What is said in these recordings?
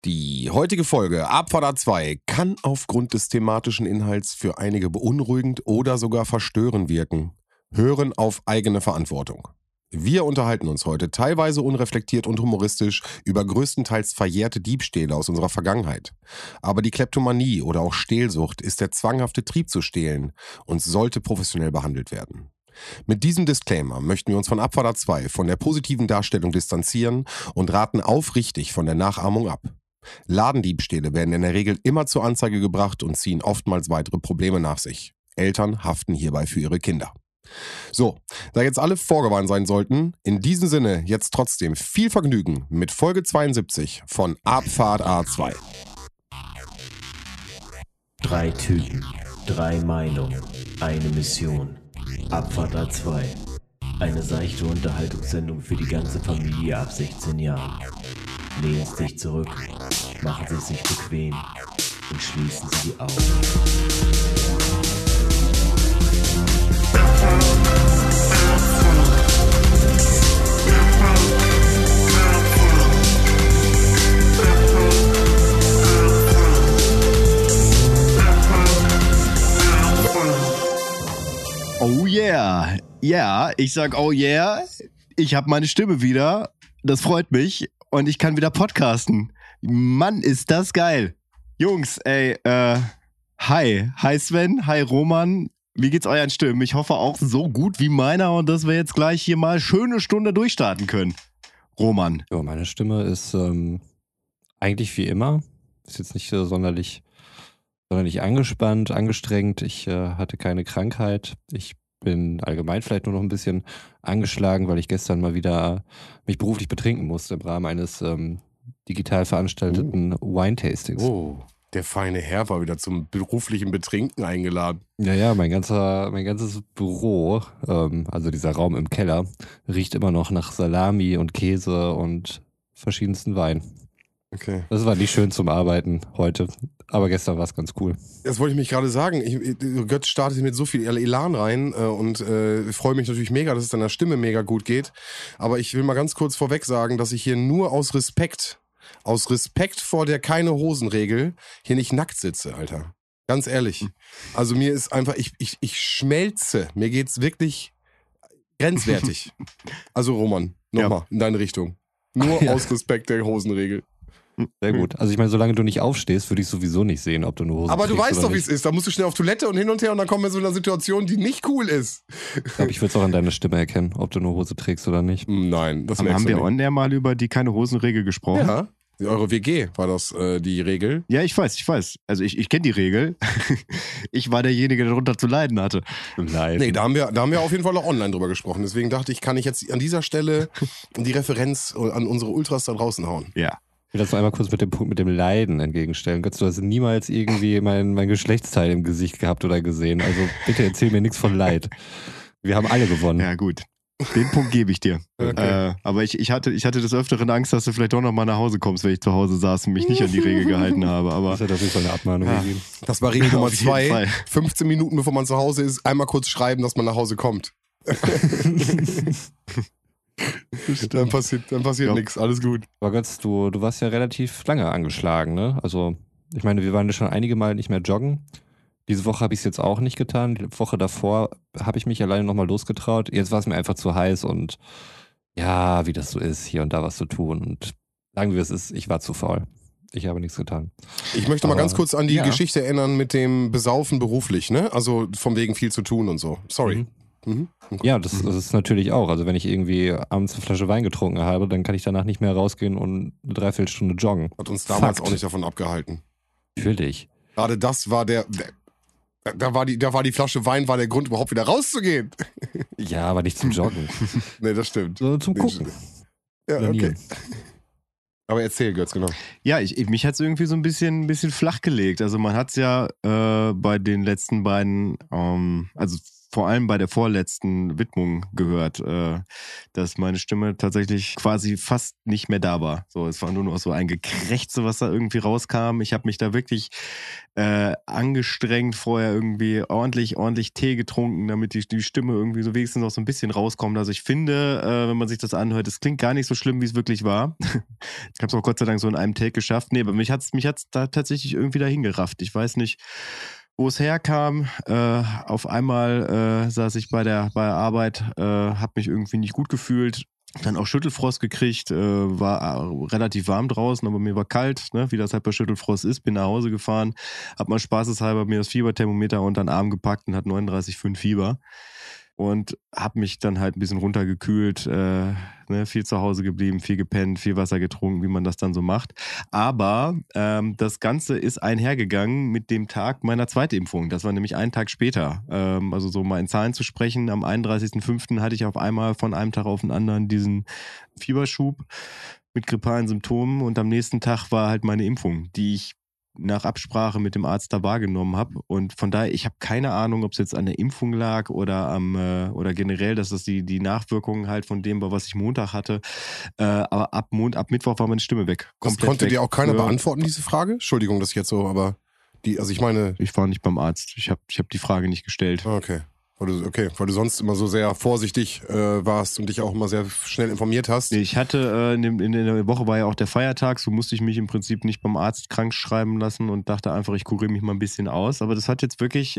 Die heutige Folge Abfahrt A2 kann aufgrund des thematischen Inhalts für einige beunruhigend oder sogar verstörend wirken. Hören auf eigene Verantwortung. Wir unterhalten uns heute teilweise unreflektiert und humoristisch über größtenteils verjährte Diebstähle aus unserer Vergangenheit. Aber die Kleptomanie oder auch Stehlsucht ist der zwanghafte Trieb zu stehlen und sollte professionell behandelt werden. Mit diesem Disclaimer möchten wir uns von Abfahrt A2 von der positiven Darstellung distanzieren und raten aufrichtig von der Nachahmung ab. Ladendiebstähle werden in der Regel immer zur Anzeige gebracht und ziehen oftmals weitere Probleme nach sich. Eltern haften hierbei für ihre Kinder. So, da jetzt alle vorgewarnt sein sollten, in diesem Sinne jetzt trotzdem viel Vergnügen mit Folge 72 von Abfahrt A2. 3 Typen, 3 Meinungen, eine Mission. Abfahrt A2. Eine seichte Unterhaltungssendung für die ganze Familie ab 16 Jahren. Lehnen Sie sich zurück, machen Sie es sich bequem und schließen Sie die Augen. Oh yeah, ja, ich sag oh yeah, ich habe meine Stimme wieder, das freut mich und ich kann wieder podcasten. Mann, ist das geil. Jungs, ey, hi Sven, hi Roman, wie geht's euren Stimmen? Ich hoffe auch so gut wie meiner und dass wir jetzt gleich hier mal schöne Stunde durchstarten können. Roman. Ja, meine Stimme ist eigentlich wie immer, ist jetzt nicht sonderlich angespannt, angestrengt. Ich hatte keine Krankheit. Ich bin allgemein vielleicht nur noch ein bisschen angeschlagen, weil ich gestern mal wieder mich beruflich betrinken musste im Rahmen eines digital veranstalteten Wine-Tastings. Oh, der feine Herr war wieder zum beruflichen Betrinken eingeladen. Ja, mein ganzes Büro, also dieser Raum im Keller, riecht immer noch nach Salami und Käse und verschiedensten Wein. Okay. Das war nicht schön zum Arbeiten heute, aber gestern war es ganz cool. Das wollte ich mich gerade sagen. Götz startet mit so viel Elan rein und ich freue mich natürlich mega, dass es deiner Stimme mega gut geht. Aber ich will mal ganz kurz vorweg sagen, dass ich hier nur aus Respekt vor der Keine-Hosen-Regel hier nicht nackt sitze, Alter. Ganz ehrlich. Also mir ist einfach, ich schmelze. Mir geht's wirklich grenzwertig. Also Roman, nochmal in deine Richtung. Nur aus Respekt der Hosenregel. Sehr gut. Also ich meine, solange du nicht aufstehst, würde ich sowieso nicht sehen, ob du eine Hose trägst. Aber du weißt oder doch, wie es ist. Da musst du schnell auf Toilette und hin und her und dann kommen wir so in einer Situation, die nicht cool ist. Ich glaube, ich würde es auch an deiner Stimme erkennen, ob du eine Hose trägst oder nicht. Nein, das Haben wir nicht. on-air mal über die Keine-Hosen-Regel gesprochen? Ja, eure WG war das die Regel. Ja, ich weiß. Also ich kenne die Regel. Ich war derjenige, der darunter zu leiden hatte. Nee, da haben wir auf jeden Fall auch online drüber gesprochen. Deswegen dachte ich, kann ich jetzt an dieser Stelle die Referenz an unsere Ultras da draußen hauen. Ja. Ich will das noch einmal kurz mit dem Punkt mit dem Leiden entgegenstellen. Götz, du hast niemals irgendwie mein Geschlechtsteil im Gesicht gehabt oder gesehen. Also bitte erzähl mir nichts von Leid. Wir haben alle gewonnen. Ja, gut. Den Punkt gebe ich dir. Okay. Aber ich hatte des Öfteren Angst, dass du vielleicht doch noch mal nach Hause kommst, wenn ich zu Hause saß und mich nicht an die Regel gehalten habe. Aber Das hat auf jeden Fall eine Abmahnung gegeben. Das war Regel Nummer Auf jeden 2. Fall. 15 Minuten bevor man zu Hause ist, einmal kurz schreiben, dass man nach Hause kommt. Dann passiert nichts, alles gut. Aber Götz, du warst ja relativ lange angeschlagen, ne? Also, ich meine, wir waren ja schon einige Mal nicht mehr joggen. Diese Woche habe ich es jetzt auch nicht getan. Die Woche davor habe ich mich alleine nochmal losgetraut. Jetzt war es mir einfach zu heiß und ja, wie das so ist, hier und da was zu tun. Und sagen wir es ist, ich war zu faul. Ich habe nichts getan. Ich möchte mal ganz kurz an die Geschichte erinnern mit dem Besaufen beruflich, ne? Also vom wegen viel zu tun und so. Sorry. Okay. Ja, das ist natürlich auch. Also wenn ich irgendwie abends eine Flasche Wein getrunken habe, dann kann ich danach nicht mehr rausgehen und eine Dreiviertelstunde joggen. Hat uns damals Fakt. auch nicht davon abgehalten. Natürlich. Gerade das war da war die Flasche Wein war der Grund, überhaupt wieder rauszugehen. Ja, aber nicht zum Joggen. Nee, das stimmt. Sondern zum Gucken. Ja, okay. Trainieren. Aber erzähl, Götz, genau. ja, mich hat es irgendwie so ein bisschen flach gelegt. Also man hat es ja bei den letzten beiden, also vor allem bei der vorletzten Widmung gehört, dass meine Stimme tatsächlich quasi fast nicht mehr da war. So, es war nur noch so ein Gekrächze, was da irgendwie rauskam. Ich habe mich da wirklich angestrengt, vorher irgendwie ordentlich Tee getrunken, damit die Stimme irgendwie so wenigstens noch so ein bisschen rauskommt. Also ich finde, wenn man sich das anhört, es klingt gar nicht so schlimm, wie es wirklich war. Ich habe es auch Gott sei Dank so in einem Take geschafft. Nee, aber mich hat's da tatsächlich irgendwie dahin gerafft. Ich weiß nicht, wo es herkam. Auf einmal saß ich bei der Arbeit, habe mich irgendwie nicht gut gefühlt, dann auch Schüttelfrost gekriegt, war relativ warm draußen, aber mir war kalt, ne, wie das halt bei Schüttelfrost ist, bin nach Hause gefahren, hab mal spaßeshalber mir das Fieberthermometer unter den Arm gepackt und hat 39,5 Fieber. Und habe mich dann halt ein bisschen runtergekühlt, viel zu Hause geblieben, viel gepennt, viel Wasser getrunken, wie man das dann so macht. Aber das Ganze ist einhergegangen mit dem Tag meiner Zweitimpfung. Das war nämlich einen Tag später. Also so mal in Zahlen zu sprechen, am 31.05. hatte ich auf einmal von einem Tag auf den anderen diesen Fieberschub mit grippalen Symptomen und am nächsten Tag war halt meine Impfung, die ich nach Absprache mit dem Arzt da wahrgenommen habe. Und von daher, ich habe keine Ahnung, ob es jetzt an der Impfung lag oder oder generell, dass das die Nachwirkungen halt von dem war, was ich Montag hatte. Aber ab Mittwoch war meine Stimme weg. Das konnte dir auch keiner beantworten, diese Frage? Entschuldigung, dass ich jetzt so, aber ich war nicht beim Arzt. Ich hab die Frage nicht gestellt. Okay. Weil du sonst immer so sehr vorsichtig warst und dich auch immer sehr schnell informiert hast. Ich hatte, in der Woche war ja auch der Feiertag, so musste ich mich im Prinzip nicht beim Arzt krank schreiben lassen und dachte einfach, ich kuriere mich mal ein bisschen aus. Aber das hat jetzt wirklich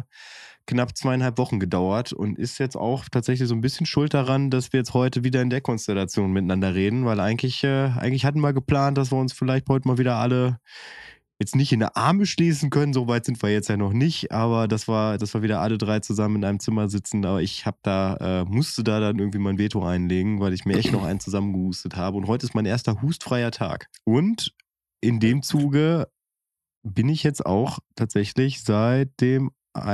knapp 2,5 Wochen gedauert und ist jetzt auch tatsächlich so ein bisschen schuld daran, dass wir jetzt heute wieder in der Konstellation miteinander reden, weil eigentlich hatten wir geplant, dass wir uns vielleicht heute mal wieder alle jetzt nicht in der Arme schließen können, so weit sind wir jetzt ja noch nicht, aber dass wir wieder alle drei zusammen in einem Zimmer sitzen, aber ich musste da dann irgendwie mein Veto einlegen, weil ich mir echt noch einen zusammengehustet habe und heute ist mein erster hustfreier Tag. Und in dem Zuge bin ich jetzt auch tatsächlich seit dem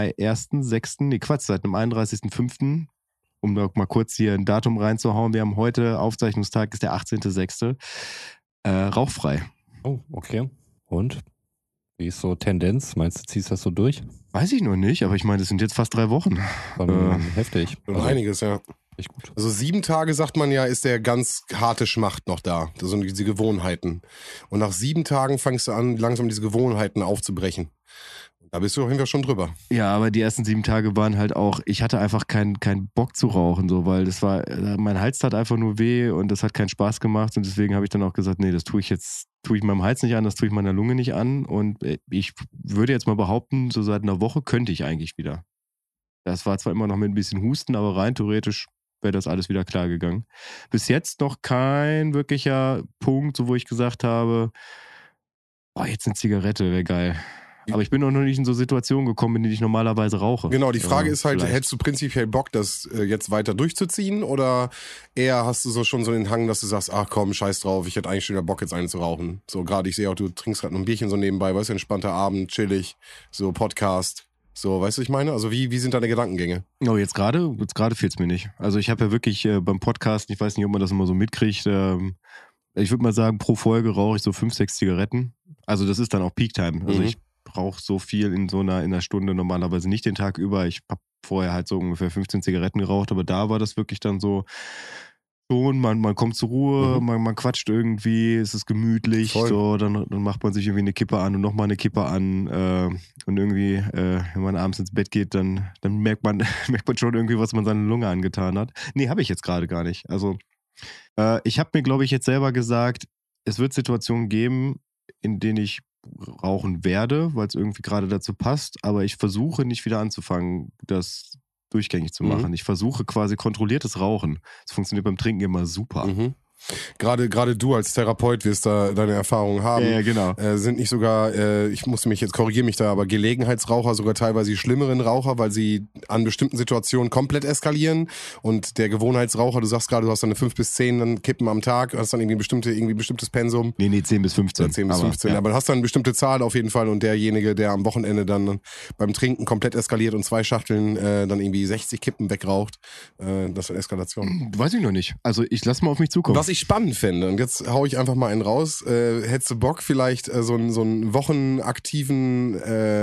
1.6., seit dem 31.5., um da mal kurz hier ein Datum reinzuhauen, wir haben heute, Aufzeichnungstag ist der 18.6., rauchfrei. Oh, okay. Und? Wie ist so Tendenz? Meinst du, ziehst das so durch? Weiß ich noch nicht, aber ich meine, das sind jetzt fast 3 Wochen. Heftig. Also einiges, ja. Echt gut. Also 7 Tage, sagt man ja, ist der ganz harte Schmacht noch da. Das sind diese Gewohnheiten. Und nach 7 Tagen fängst du an, langsam diese Gewohnheiten aufzubrechen. Da bist du auf jeden Fall schon drüber. Ja, aber die ersten 7 Tage waren halt auch, ich hatte einfach keinen Bock zu rauchen, so, weil das war, mein Hals tat einfach nur weh und das hat keinen Spaß gemacht und deswegen habe ich dann auch gesagt, nee, das tue ich meinem Hals nicht an, das tue ich meiner Lunge nicht an und ich würde jetzt mal behaupten, so seit einer Woche könnte ich eigentlich wieder. Das war zwar immer noch mit ein bisschen Husten, aber rein theoretisch wäre das alles wieder klar gegangen. Bis jetzt noch kein wirklicher Punkt, so wo ich gesagt habe, jetzt eine Zigarette wäre geil. Aber ich bin auch noch nicht in so Situationen gekommen, in denen ich normalerweise rauche. Genau, die Frage ist halt, vielleicht. hättest du prinzipiell Bock, das jetzt weiter durchzuziehen oder eher hast du schon so den Hang, dass du sagst, ach komm, scheiß drauf, ich hätte eigentlich schon wieder Bock, jetzt eine zu rauchen. So gerade, ich sehe auch, du trinkst gerade noch ein Bierchen so nebenbei, weißt du, entspannter Abend, chillig, so Podcast. So, weißt du, ich meine? Also wie sind deine Gedankengänge? Oh, jetzt gerade fehlt es mir nicht. Also ich habe ja wirklich beim Podcast, ich weiß nicht, ob man das immer so mitkriegt, ich würde mal sagen, pro Folge rauche ich so 5, 6 Zigaretten. Also das ist dann auch Peak-Time. Also ich brauche so viel in einer Stunde normalerweise nicht den Tag über. Ich habe vorher halt so ungefähr 15 Zigaretten geraucht, aber da war das wirklich dann so, man kommt zur Ruhe, man quatscht irgendwie, es ist gemütlich, so, dann macht man sich irgendwie eine Kippe an und nochmal eine Kippe an und irgendwie, wenn man abends ins Bett geht, dann merkt man schon irgendwie, was man seiner Lunge angetan hat. Nee, habe ich jetzt gerade gar nicht. Also ich habe mir, glaube ich, jetzt selber gesagt, es wird Situationen geben, in denen ich rauchen werde, weil es irgendwie gerade dazu passt, aber ich versuche nicht wieder anzufangen, das durchgängig zu machen. Ich versuche quasi kontrolliertes Rauchen. Das funktioniert beim Trinken immer super. Gerade du als Therapeut wirst da deine Erfahrungen haben. Ja, genau. Sind nicht sogar, korrigiere mich da, aber Gelegenheitsraucher sogar teilweise die schlimmeren Raucher, weil sie an bestimmten Situationen komplett eskalieren und der Gewohnheitsraucher, du sagst gerade, du hast dann 5 bis 10 dann Kippen am Tag, hast dann irgendwie bestimmtes Pensum. Nee, 10 bis 15. 10 bis 15, aber du hast dann eine bestimmte Zahl auf jeden Fall und derjenige, der am Wochenende dann beim Trinken komplett eskaliert und 2 Schachteln dann irgendwie 60 Kippen wegraucht, das ist eine Eskalation. Weiß ich noch nicht. Also ich lass mal auf mich zukommen. Was ich spannend fände, und jetzt hau ich einfach mal einen raus, hättest du Bock vielleicht so einen wochenaktiven,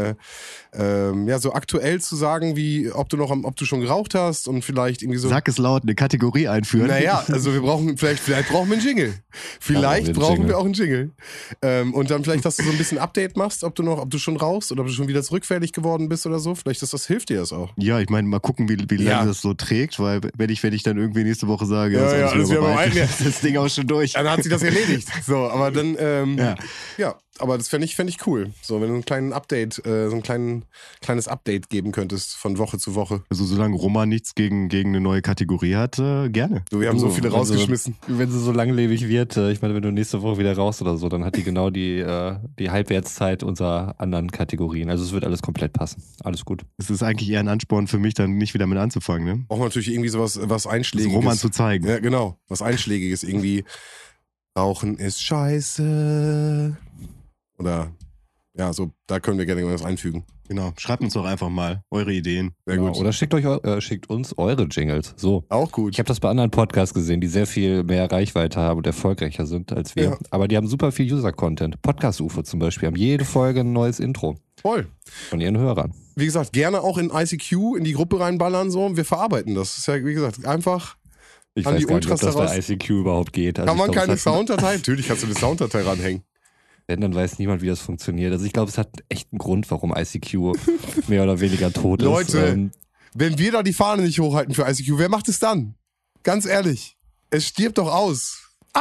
so aktuell zu sagen, wie ob du schon geraucht hast und vielleicht irgendwie so. Sag es laut, eine Kategorie einführen. Naja, also vielleicht brauchen wir einen Jingle. Vielleicht brauchen wir auch einen Jingle. Und dann vielleicht, dass du so ein bisschen Update machst, ob du schon rauchst oder ob du schon wieder zurückfällig geworden bist oder so. Vielleicht hilft dir das auch. Ja, ich meine, mal gucken, wie lange das so trägt, weil wenn ich dann irgendwie nächste Woche sage, alles wieder beim Alten. ist das Ding auch schon durch. Dann hat sich das erledigt. So, aber dann, aber das fände ich cool. So, wenn du ein kleines Update geben könntest von Woche zu Woche. Also solange Roman nichts gegen eine neue Kategorie hat, gerne. So, wir haben so viele rausgeschmissen. Wenn sie so langlebig wird, ich meine, wenn du nächste Woche wieder raus oder so, dann hat die genau die Halbwertszeit unserer anderen Kategorien. Also es wird alles komplett passen. Alles gut. Es ist eigentlich eher ein Ansporn für mich, dann nicht wieder mit anzufangen, ne? Braucht man natürlich irgendwie sowas, was Einschlägiges. Das Roman zu zeigen. Ja, genau. Was Einschlägiges. Irgendwie Rauchen ist scheiße. Oder, ja, so, da können wir gerne was einfügen. Genau. Schreibt uns doch einfach mal eure Ideen. Sehr gut. Oder schickt uns eure Jingles. So. Auch gut. Ich habe das bei anderen Podcasts gesehen, die sehr viel mehr Reichweite haben und erfolgreicher sind als wir. Ja. Aber die haben super viel User-Content. Podcast-UFO zum Beispiel haben jede Folge ein neues Intro. Voll. Von ihren Hörern. Wie gesagt, gerne auch in ICQ, in die Gruppe reinballern, so. Wir verarbeiten das. Das ist ja, wie gesagt, einfach. Ich An weiß die gar nicht, ob Ultras das bei daraus. ICQ überhaupt geht. Also Kann man ich glaub, keine es hat- Sounddatei? Natürlich kannst du eine Sounddatei ranhängen. Wenn, dann weiß niemand, wie das funktioniert. Also ich glaube, es hat echt einen Grund, warum ICQ mehr oder weniger tot ist. Leute, wenn wir da die Fahne nicht hochhalten für ICQ, wer macht es dann? Ganz ehrlich. Es stirbt doch aus.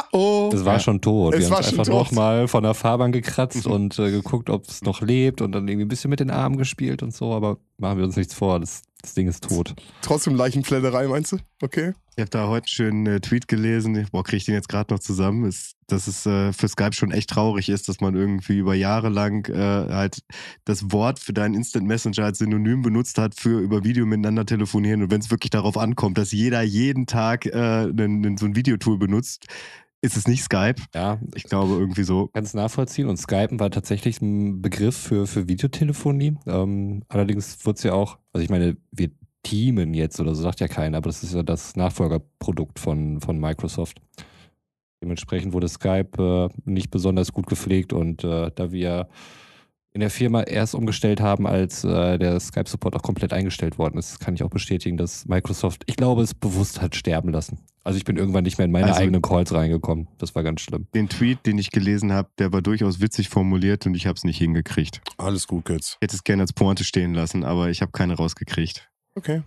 Das war schon tot. Es Wir war haben es schon einfach tot. nochmal von der Fahrbahn gekratzt und geguckt, ob es noch lebt und dann irgendwie ein bisschen mit den Armen gespielt und so. Aber machen wir uns nichts vor, das Ding ist tot. Trotzdem Leichenfledderei, meinst du? Okay. Ich habe da heute einen schönen Tweet gelesen. Kriege ich den jetzt gerade noch zusammen? Dass es für Skype schon echt traurig ist, dass man irgendwie über Jahre lang halt das Wort für deinen Instant Messenger als Synonym benutzt hat für über Video miteinander telefonieren. Und wenn es wirklich darauf ankommt, dass jeder jeden Tag so ein Videotool benutzt, ist es nicht Skype. Ja, Ich glaube irgendwie so. ganz nachvollziehen. Und Skypen war tatsächlich ein Begriff für Videotelefonie. Allerdings wird es ja auch, also ich meine, wir teamen jetzt oder so, sagt ja keiner, aber das ist ja das Nachfolgerprodukt von Microsoft. Dementsprechend wurde Skype nicht besonders gut gepflegt und da wir in der Firma erst umgestellt haben, als der Skype-Support auch komplett eingestellt worden ist, kann ich auch bestätigen, dass Microsoft, ich glaube, es bewusst hat sterben lassen. Also ich bin irgendwann nicht mehr in meine eigenen Calls reingekommen. Das war ganz schlimm. Den Tweet, den ich gelesen habe, der war durchaus witzig formuliert und ich habe es nicht hingekriegt. Alles gut, Götz. Ich hätte es gerne als Pointe stehen lassen, aber ich habe keine rausgekriegt. Okay.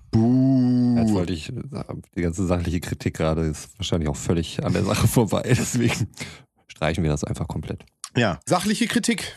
Jetzt wollte ich, die ganze sachliche Kritik gerade ist wahrscheinlich auch völlig an der Sache vorbei. Deswegen streichen wir das einfach komplett. Ja. Sachliche Kritik.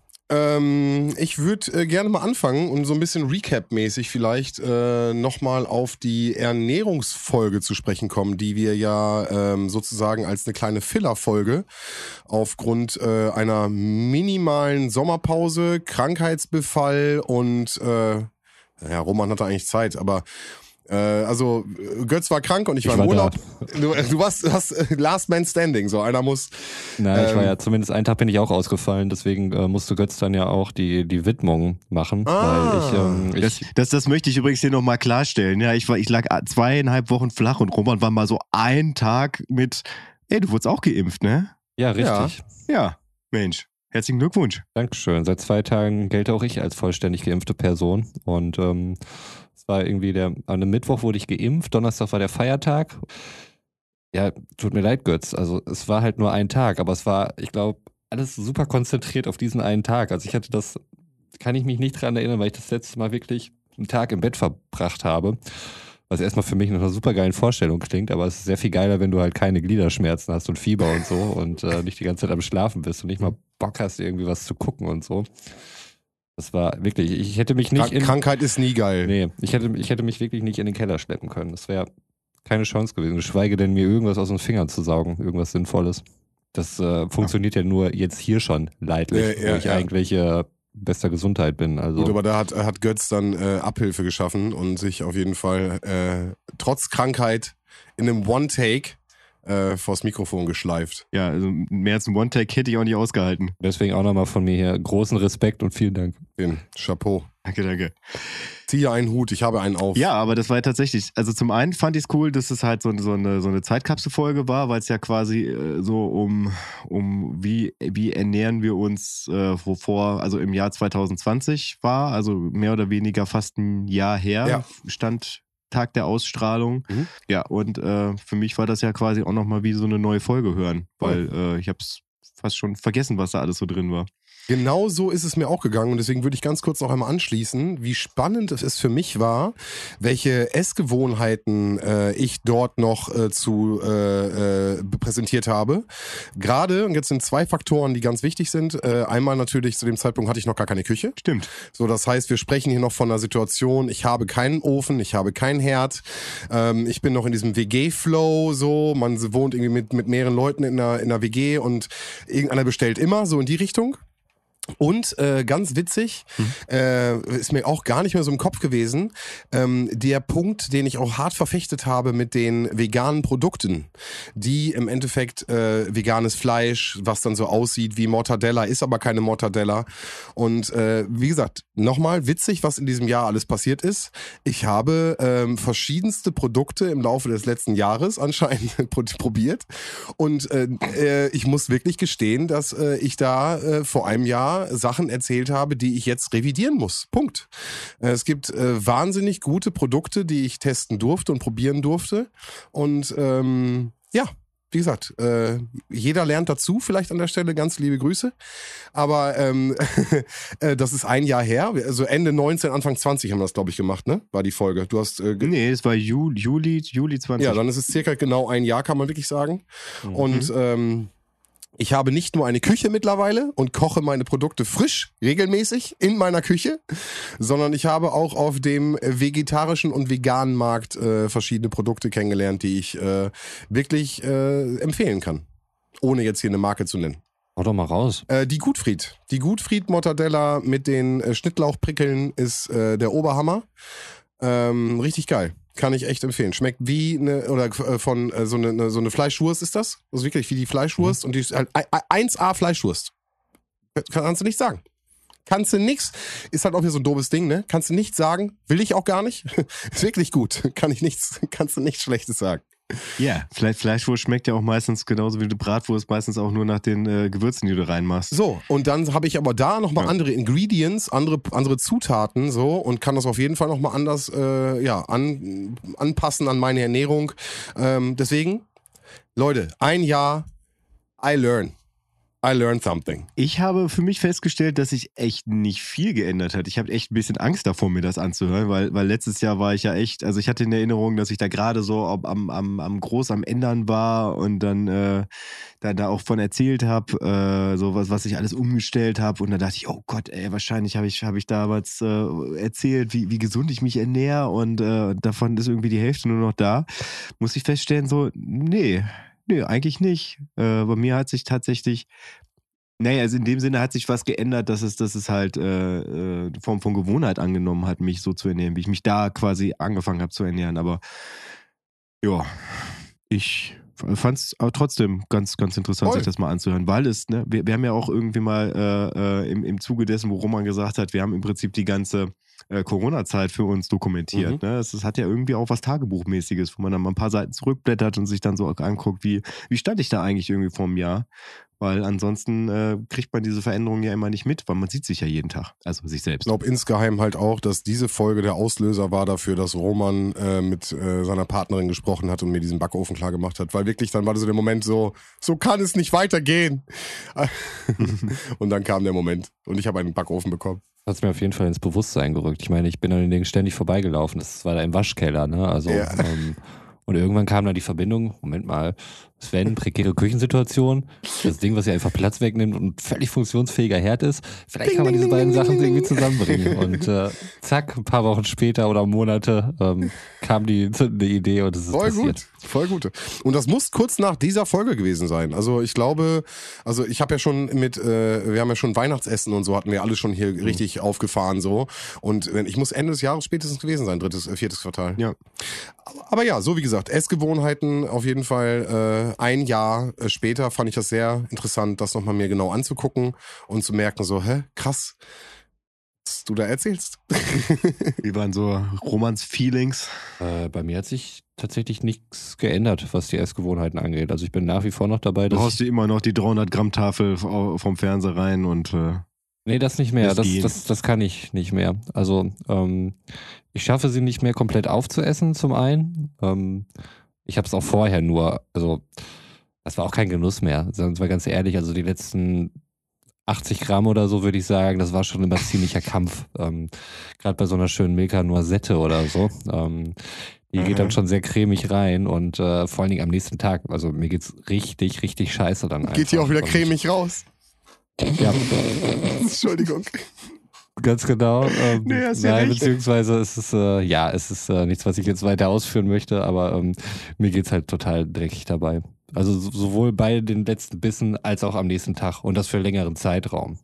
Ich würde gerne mal anfangen und so ein bisschen Recap-mäßig vielleicht nochmal auf die Ernährungsfolge zu sprechen kommen, die wir ja sozusagen als eine kleine Filler-Folge aufgrund einer minimalen Sommerpause, Krankheitsbefall und Roman hatte eigentlich Zeit, aber also Götz war krank und ich war im Urlaub. Du hast Last Man Standing, so einer muss. Na, ich war ja zumindest einen Tag bin ich auch ausgefallen, deswegen musste Götz dann ja auch die Widmung machen. Weil Das möchte ich übrigens hier nochmal klarstellen. Ja, ich lag 2,5 Wochen flach und Roman war mal so einen Tag mit, du wurdest auch geimpft, ne? Ja, richtig. Ja, Mensch. Herzlichen Glückwunsch. Dankeschön. Seit 2 Tagen gelte auch ich als vollständig geimpfte Person. Und es war irgendwie an einem Mittwoch wurde ich geimpft, Donnerstag war der Feiertag. Ja, tut mir leid, Götz. Also es war halt nur ein Tag, aber es war, ich glaube, alles super konzentriert auf diesen einen Tag. Also kann ich mich nicht dran erinnern, weil ich das letzte Mal wirklich einen Tag im Bett verbracht habe. Was erstmal für mich nach einer super geilen Vorstellung klingt, aber es ist sehr viel geiler, wenn du halt keine Gliederschmerzen hast und Fieber und so und nicht die ganze Zeit am Schlafen bist und nicht mal Bock hast, irgendwie was zu gucken und so. Das war wirklich, ich hätte mich nicht Krankheit ist nie geil. Nee, ich hätte mich wirklich nicht in den Keller schleppen können. Das wäre keine Chance gewesen, geschweige denn mir irgendwas aus den Fingern zu saugen, irgendwas Sinnvolles. Das funktioniert ja nur jetzt hier schon leidlich, wo ich eigentlich bester Gesundheit bin. Also. Gut, aber da hat Götz dann Abhilfe geschaffen und sich auf jeden Fall trotz Krankheit in einem One-Take vors Mikrofon geschleift. Ja, also mehr als ein One-Take hätte ich auch nicht ausgehalten. Deswegen auch nochmal von mir hier großen Respekt und vielen Dank. Chapeau. Danke. Ziehe einen Hut, ich habe einen auf. Ja, aber das war ja tatsächlich, also zum einen fand ich es cool, dass es halt so eine Zeitkapselfolge war, weil es ja quasi so um wie ernähren wir uns also im Jahr 2020 war, also mehr oder weniger fast ein Jahr her, stand Tag der Ausstrahlung. Mhm. Ja, und für mich war das ja quasi auch nochmal wie so eine neue Folge hören, weil ich habe es fast schon vergessen, was da alles so drin war. Genau so ist es mir auch gegangen und deswegen würde ich ganz kurz noch einmal anschließen, wie spannend es für mich war, welche Essgewohnheiten ich dort noch präsentiert habe. Gerade, und jetzt sind 2 Faktoren, die ganz wichtig sind. Einmal natürlich, zu dem Zeitpunkt hatte ich noch gar keine Küche. Stimmt. So, das heißt, wir sprechen hier noch von einer Situation, ich habe keinen Ofen, ich habe keinen Herd, ich bin noch in diesem WG-Flow, so, man wohnt irgendwie mit mehreren Leuten in einer WG und irgendeiner bestellt immer, so in die Richtung. Und ganz witzig, ist mir auch gar nicht mehr so im Kopf gewesen, der Punkt, den ich auch hart verfechtet habe mit den veganen Produkten, die im Endeffekt veganes Fleisch, was dann so aussieht wie Mortadella, ist aber keine Mortadella. Und wie gesagt, nochmal witzig, was in diesem Jahr alles passiert ist. Ich habe verschiedenste Produkte im Laufe des letzten Jahres anscheinend probiert und ich muss wirklich gestehen, dass ich da vor einem Jahr Sachen erzählt habe, die ich jetzt revidieren muss. Punkt. Es gibt wahnsinnig gute Produkte, die ich testen durfte und probieren durfte. Und wie gesagt, jeder lernt dazu, vielleicht an der Stelle, ganz liebe Grüße. Aber das ist ein Jahr her, also Ende 19, Anfang 20 haben wir das, glaube ich, gemacht, ne? War die Folge. Du hast nee, es war Juli 20. Ja, dann ist es circa genau ein Jahr, kann man wirklich sagen. Mhm. Und ich habe nicht nur eine Küche mittlerweile und koche meine Produkte frisch, regelmäßig in meiner Küche, sondern ich habe auch auf dem vegetarischen und veganen Markt verschiedene Produkte kennengelernt, die ich wirklich empfehlen kann, ohne jetzt hier eine Marke zu nennen. Hau doch mal raus. Die Gutfried. Die Gutfried Mortadella mit den Schnittlauchprickeln ist der Oberhammer. Richtig geil. Kann ich echt empfehlen. Schmeckt wie so eine Fleischwurst ist das. Also wirklich wie die Fleischwurst. Und die ist halt 1A Fleischwurst. Kannst du nicht sagen. Kannst du nichts. Ist halt auch wieder so ein doofes Ding, ne? Kannst du nichts sagen. Will ich auch gar nicht. Ist wirklich gut. Kannst du nichts Schlechtes sagen. Ja, Fleischwurst schmeckt ja auch meistens genauso wie die Bratwurst, meistens auch nur nach den Gewürzen, die du reinmachst. So, und dann habe ich aber da nochmal andere Ingredients, andere Zutaten so und kann das auf jeden Fall nochmal anders anpassen an meine Ernährung. Deswegen, Leute, ein Jahr, I learned something. Ich habe für mich festgestellt, dass sich echt nicht viel geändert hat. Ich habe echt ein bisschen Angst davor, mir das anzuhören, weil letztes Jahr war ich ja echt, also ich hatte in Erinnerung, dass ich da gerade so am groß am Ändern war und dann da auch von erzählt habe, so was ich alles umgestellt habe und da dachte ich, oh Gott, ey, wahrscheinlich habe ich damals erzählt, wie gesund ich mich ernähre und davon ist irgendwie die Hälfte nur noch da. Muss ich feststellen, so, nee, eigentlich nicht. Bei mir hat sich tatsächlich, also in dem Sinne hat sich was geändert, dass es halt eine Form von Gewohnheit angenommen hat, mich so zu ernähren, wie ich mich da quasi angefangen habe zu ernähren. Aber ja, ich fand es aber trotzdem ganz, ganz interessant, sich das mal anzuhören, weil es, ne, wir haben ja auch irgendwie mal im Zuge dessen, wo Roman gesagt hat, wir haben im Prinzip die ganze Corona-Zeit für uns dokumentiert. Ne? Es hat ja irgendwie auch was Tagebuchmäßiges, wo man dann mal ein paar Seiten zurückblättert und sich dann so anguckt, wie stand ich da eigentlich irgendwie vor einem Jahr? Weil ansonsten kriegt man diese Veränderungen ja immer nicht mit, weil man sieht sich ja jeden Tag, also sich selbst. Ich glaube insgeheim halt auch, dass diese Folge der Auslöser war dafür, dass Roman mit seiner Partnerin gesprochen hat und mir diesen Backofen klar gemacht hat, weil wirklich dann war so der Moment so kann es nicht weitergehen. Und dann kam der Moment und ich habe einen Backofen bekommen. Das hat mir auf jeden Fall ins Bewusstsein gerückt. Ich meine, ich bin an den Dingen ständig vorbeigelaufen. Das war da im Waschkeller, ne? Also und irgendwann kam dann die Verbindung, Moment mal, Sven, prekäre Küchensituation, das Ding, was ja einfach Platz wegnimmt und völlig funktionsfähiger Herd ist. Vielleicht kann man diese beiden Sachen irgendwie zusammenbringen. Und zack, ein paar Wochen später oder Monate kam die Idee und es ist passiert. Voll gut. Und das muss kurz nach dieser Folge gewesen sein. Also ich glaube, ich habe ja schon wir haben ja schon Weihnachtsessen und so hatten wir alles schon hier richtig aufgefahren so. Und ich muss Ende des Jahres spätestens gewesen sein, 3., 4. Quartal. Ja. Aber ja, so wie gesagt, Essgewohnheiten auf jeden Fall ein Jahr später fand ich das sehr interessant, das nochmal mir genau anzugucken und zu merken so, krass, was du da erzählst. Wie waren so Romans Feelings? Bei mir hat sich tatsächlich nichts geändert, was die Essgewohnheiten angeht. Also ich bin nach wie vor noch dabei, Du dass haust dir immer noch die 300 Gramm Tafel vom Fernseher rein und Nee, das nicht mehr. Das Das kann ich nicht mehr. Also ich schaffe sie nicht mehr komplett aufzuessen zum einen. Ich habe es auch vorher nur, also das war auch kein Genuss mehr. Sagen wir mal ganz ehrlich, also die letzten 80 Gramm oder so würde ich sagen, das war schon immer ziemlicher Kampf. Gerade bei so einer schönen Milka Noisette oder so. Die geht dann schon sehr cremig rein und vor allen Dingen am nächsten Tag. Also mir geht's richtig, richtig scheiße dann einfach. Geht hier auch wieder Und, cremig raus. Ja, Entschuldigung. ganz genau. Nee, hast ja Nein, recht. beziehungsweise es ist nichts, was ich jetzt weiter ausführen möchte, aber mir geht's halt total dreckig dabei. Also sowohl bei den letzten Bissen als auch am nächsten Tag und das für längeren Zeitraum.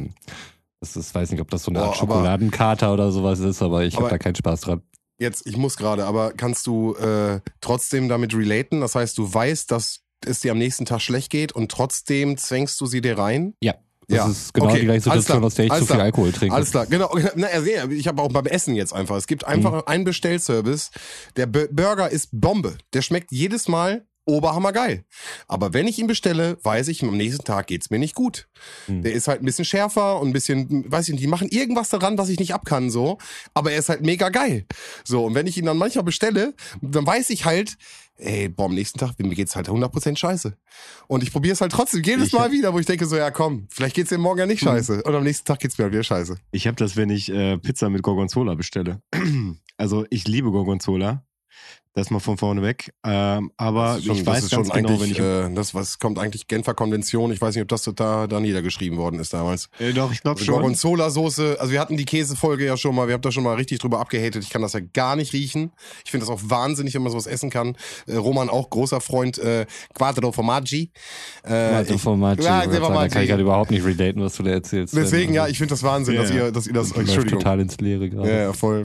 Weiß nicht, ob das so eine Art Boah, aber- Schokoladenkater oder sowas ist, aber ich habe Aber- da keinen Spaß dran. Jetzt, ich muss gerade, aber kannst du trotzdem damit relaten? Das heißt, du weißt, dass es dir am nächsten Tag schlecht geht und trotzdem zwängst du sie dir rein? Ja. Das Ja, ist genau okay, die gleiche alles Situation, klar, aus der ich alles zu viel klar. Alkohol trinke. Alles klar, genau. Na, ich habe auch beim Essen jetzt einfach. Es gibt einfach einen Bestellservice. Der Burger ist Bombe. Der schmeckt jedes Mal oberhammergeil. Aber wenn ich ihn bestelle, weiß ich, am nächsten Tag geht's mir nicht gut. Der ist halt ein bisschen schärfer und ein bisschen, weiß ich nicht, die machen irgendwas daran, was ich nicht abkann, so. Aber er ist halt mega geil. So, und wenn ich ihn dann manchmal bestelle, dann weiß ich halt, am nächsten Tag, mir geht's halt 100% scheiße. Und ich probiere es halt trotzdem jedes Mal wieder, wo ich denke so, ja komm, vielleicht geht's dir morgen ja nicht scheiße. Und am nächsten Tag geht's mir halt wieder scheiße. ich habe das, wenn ich Pizza mit Gorgonzola bestelle. Also ich liebe Gorgonzola. Das mal von vorne weg. Aber ich weiß ganz genau, wenn ich... was kommt eigentlich Genfer Konvention. Ich weiß nicht, ob das da niedergeschrieben worden ist damals. doch, ich glaube Also schon. Gorgonzola-Soße, also wir hatten die Käsefolge ja schon mal, wir haben da schon mal richtig drüber abgehatet. Ich kann das ja gar nicht riechen. Ich finde das auch wahnsinnig, wenn man sowas essen kann. Roman auch, großer Freund, Quattro Formaggi. Warte, Formaggi. Ja, Da kann ich halt überhaupt nicht relaten, was du da erzählst. Deswegen, Also, ja, ich finde das Wahnsinn, Ja, dass ihr das, läuft Entschuldigung. total ins Leere gerade. Ja, voll.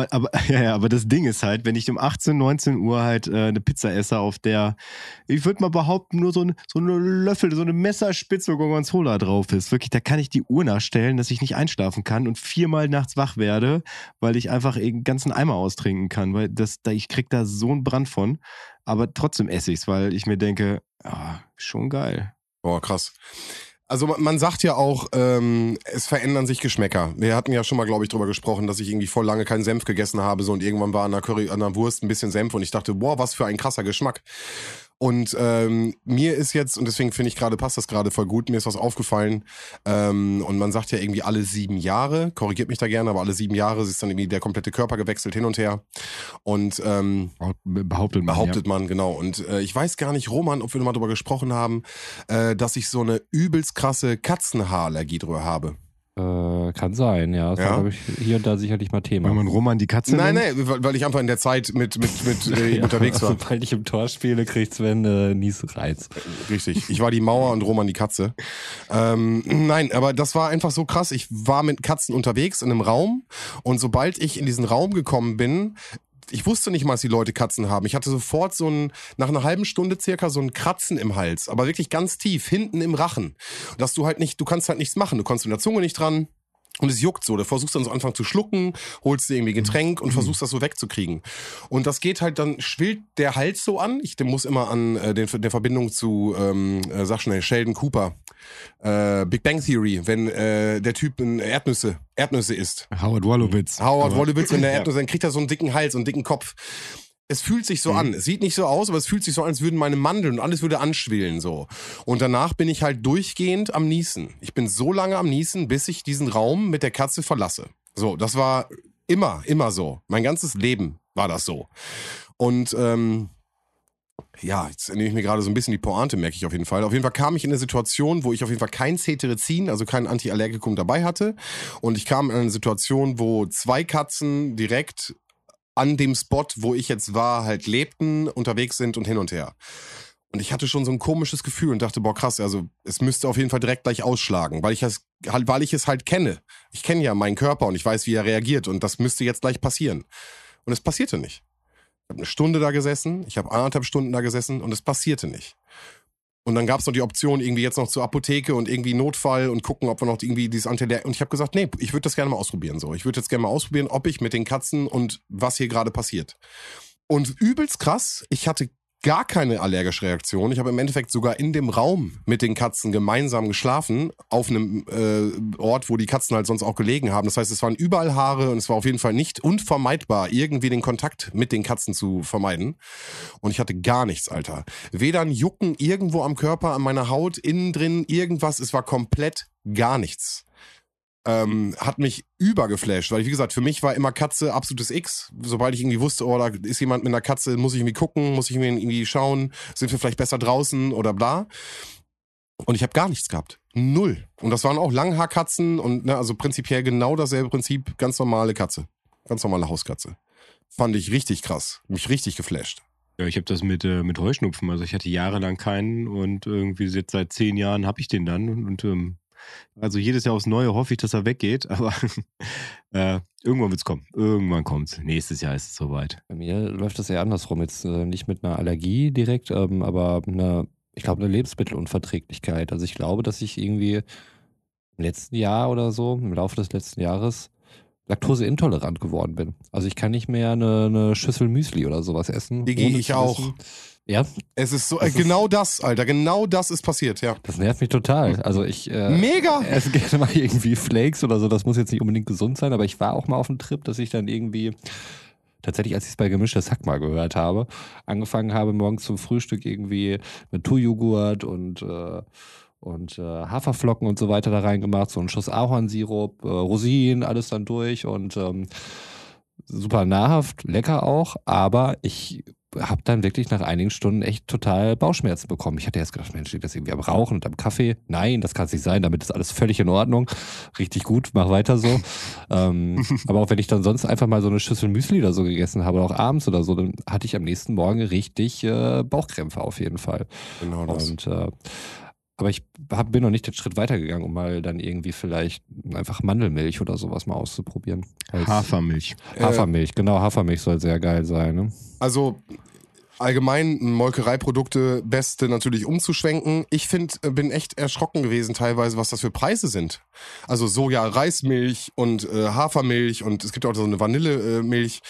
Aber das Ding ist halt, wenn ich um 18, 19 Uhr halt eine Pizza esse, auf der, ich würde mal behaupten, nur so eine Löffel, so eine Messerspitze Gorgonzola drauf ist. Wirklich, da kann ich die Uhr nachstellen, dass ich nicht einschlafen kann und 4-mal nachts wach werde, weil ich einfach einen ganzen Eimer austrinken kann, weil ich krieg da so einen Brand von. Aber trotzdem esse ich's, weil ich mir denke, schon geil. Boah, krass. Also man sagt ja auch, es verändern sich Geschmäcker. Wir hatten ja schon mal, glaube ich, drüber gesprochen, dass ich irgendwie voll lange keinen Senf gegessen habe, so, und irgendwann war an der Wurst ein bisschen Senf und ich dachte, boah, was für ein krasser Geschmack. Und mir ist jetzt, und deswegen finde ich gerade, passt das gerade voll gut, mir ist was aufgefallen, und man sagt ja irgendwie alle 7 Jahre, korrigiert mich da gerne, aber alle 7 Jahre ist dann irgendwie der komplette Körper gewechselt hin und her. Und behauptet man, genau. Und ich weiß gar nicht, Roman, ob wir nochmal drüber gesprochen haben, dass ich so eine übelst krasse Katzenhaarallergie drüber habe. Kann sein, ja. Das war, glaube ich, hier und da sicherlich mal Thema. Weil man Roman die Katze Nein, nennt? weil ich einfach in der Zeit mit unterwegs war. Sobald ich im Tor spiele, kriegt Sven Niesreiz. Richtig. Ich war die Mauer und Roman die Katze. Nein, aber das war einfach so krass. Ich war mit Katzen unterwegs in einem Raum und sobald ich in diesen Raum gekommen bin, ich wusste nicht mal, dass die Leute Katzen haben. Ich hatte sofort nach einer halben Stunde circa so ein Kratzen im Hals, aber wirklich ganz tief, hinten im Rachen. Dass du kannst halt nichts machen. Du kommst mit der Zunge nicht dran. Und es juckt so, du versuchst dann so anfangen zu schlucken, holst dir irgendwie Getränk und versuchst das so wegzukriegen. Und das geht halt dann, schwillt der Hals so an. Ich muss immer an der Verbindung zu, sag schnell, Sheldon Cooper, Big Bang Theory, wenn der Typ Erdnüsse isst. Howard Wolowitz. Wolowitz, wenn der Erdnüsse, dann kriegt er so einen dicken Hals und einen dicken Kopf. Es fühlt sich so an. Es sieht nicht so aus, aber es fühlt sich so an, als würden meine Mandeln und alles würde anschwillen so. Und danach bin ich halt durchgehend am Niesen. Ich bin so lange am Niesen, bis ich diesen Raum mit der Katze verlasse. So, das war immer so. Mein ganzes Leben war das so. Und jetzt nehme ich mir gerade so ein bisschen die Pointe, merke ich auf jeden Fall. Auf jeden Fall kam ich in eine Situation, wo ich auf jeden Fall kein Cetirizin, also kein Antiallergikum dabei hatte. Und ich kam in eine Situation, wo 2 Katzen direkt an dem Spot, wo ich jetzt war, halt lebten, unterwegs sind und hin und her. Und ich hatte schon so ein komisches Gefühl und dachte, boah krass, also es müsste auf jeden Fall direkt gleich ausschlagen, weil ich es halt kenne. Ich kenne ja meinen Körper und ich weiß, wie er reagiert und das müsste jetzt gleich passieren. Und es passierte nicht. Ich habe eine Stunde da gesessen, ich habe 1,5 Stunden da gesessen und es passierte nicht. Und dann gab es noch die Option, irgendwie jetzt noch zur Apotheke und irgendwie Notfall und gucken, ob wir noch irgendwie dieses Antiallergikum. Und ich habe gesagt, nee, ich würde das gerne mal ausprobieren. So, ich würde jetzt gerne mal ausprobieren, ob ich mit den Katzen und was hier gerade passiert. Und übelst krass, ich hatte gar keine allergische Reaktion. Ich habe im Endeffekt sogar in dem Raum mit den Katzen gemeinsam geschlafen, auf einem Ort, wo die Katzen halt sonst auch gelegen haben. Das heißt, es waren überall Haare und es war auf jeden Fall nicht unvermeidbar, irgendwie den Kontakt mit den Katzen zu vermeiden. Und ich hatte gar nichts, Alter. Weder ein Jucken irgendwo am Körper, an meiner Haut, innen drin, irgendwas. Es war komplett gar nichts. Hat mich übergeflasht, weil wie gesagt, für mich war immer Katze absolutes X. Sobald ich irgendwie wusste, oh, da ist jemand mit einer Katze, muss ich irgendwie gucken, muss ich mir irgendwie schauen, sind wir vielleicht besser draußen oder bla. Und ich habe gar nichts gehabt. 0. Und das waren auch Langhaarkatzen und ne, also prinzipiell genau dasselbe Prinzip, ganz normale Katze. Ganz normale Hauskatze. Fand ich richtig krass. Mich richtig geflasht. Ja, ich habe das mit Heuschnupfen. Also ich hatte jahrelang keinen und irgendwie jetzt seit 10 Jahren habe ich den dann und also jedes Jahr aufs Neue hoffe ich, dass er weggeht, aber irgendwann wird's kommen. Irgendwann kommt's. Nächstes Jahr ist es soweit. Bei mir läuft das eher andersrum. Jetzt nicht mit einer Allergie direkt, aber ich glaube, eine Lebensmittelunverträglichkeit. Also ich glaube, dass ich irgendwie im letzten Jahr oder so, im Laufe des letzten Jahres, laktoseintolerant geworden bin. Also ich kann nicht mehr eine Schüssel Müsli oder sowas essen. Digi, ich auch. Ja. Es ist so, genau das, Alter. Genau das ist passiert, ja. Das nervt mich total. Also ich Mega! esse gerne mal irgendwie Flakes oder so. Das muss jetzt nicht unbedingt gesund sein, aber ich war auch mal auf einem Trip, dass ich dann irgendwie tatsächlich, als ich es bei Gemischtes Hack mal gehört habe, angefangen habe, morgens zum Frühstück irgendwie mit Naturjoghurt und Haferflocken und so weiter da reingemacht, so einen Schuss Ahornsirup, Rosinen, alles dann durch und super nahrhaft, lecker auch, aber ich habe dann wirklich nach einigen Stunden echt total Bauchschmerzen bekommen. Ich hatte erst gedacht, Mensch, liegt das irgendwie am Rauchen und am Kaffee? Nein, das kann es nicht sein, damit ist alles völlig in Ordnung. Richtig gut, mach weiter so. Aber auch wenn ich dann sonst einfach mal so eine Schüssel Müsli oder so gegessen habe, auch abends oder so, dann hatte ich am nächsten Morgen richtig Bauchkrämpfe auf jeden Fall. Genau das. Und aber ich bin noch nicht den Schritt weitergegangen, um mal dann irgendwie vielleicht einfach Mandelmilch oder sowas mal auszuprobieren. Hafermilch. Hafermilch, genau, Hafermilch soll sehr geil sein. Ne? Also allgemein Molkereiprodukte, beste natürlich umzuschwenken. Ich bin echt erschrocken gewesen teilweise, was das für Preise sind. Also Soja, Reismilch und Hafermilch und es gibt auch so eine Vanillemilch.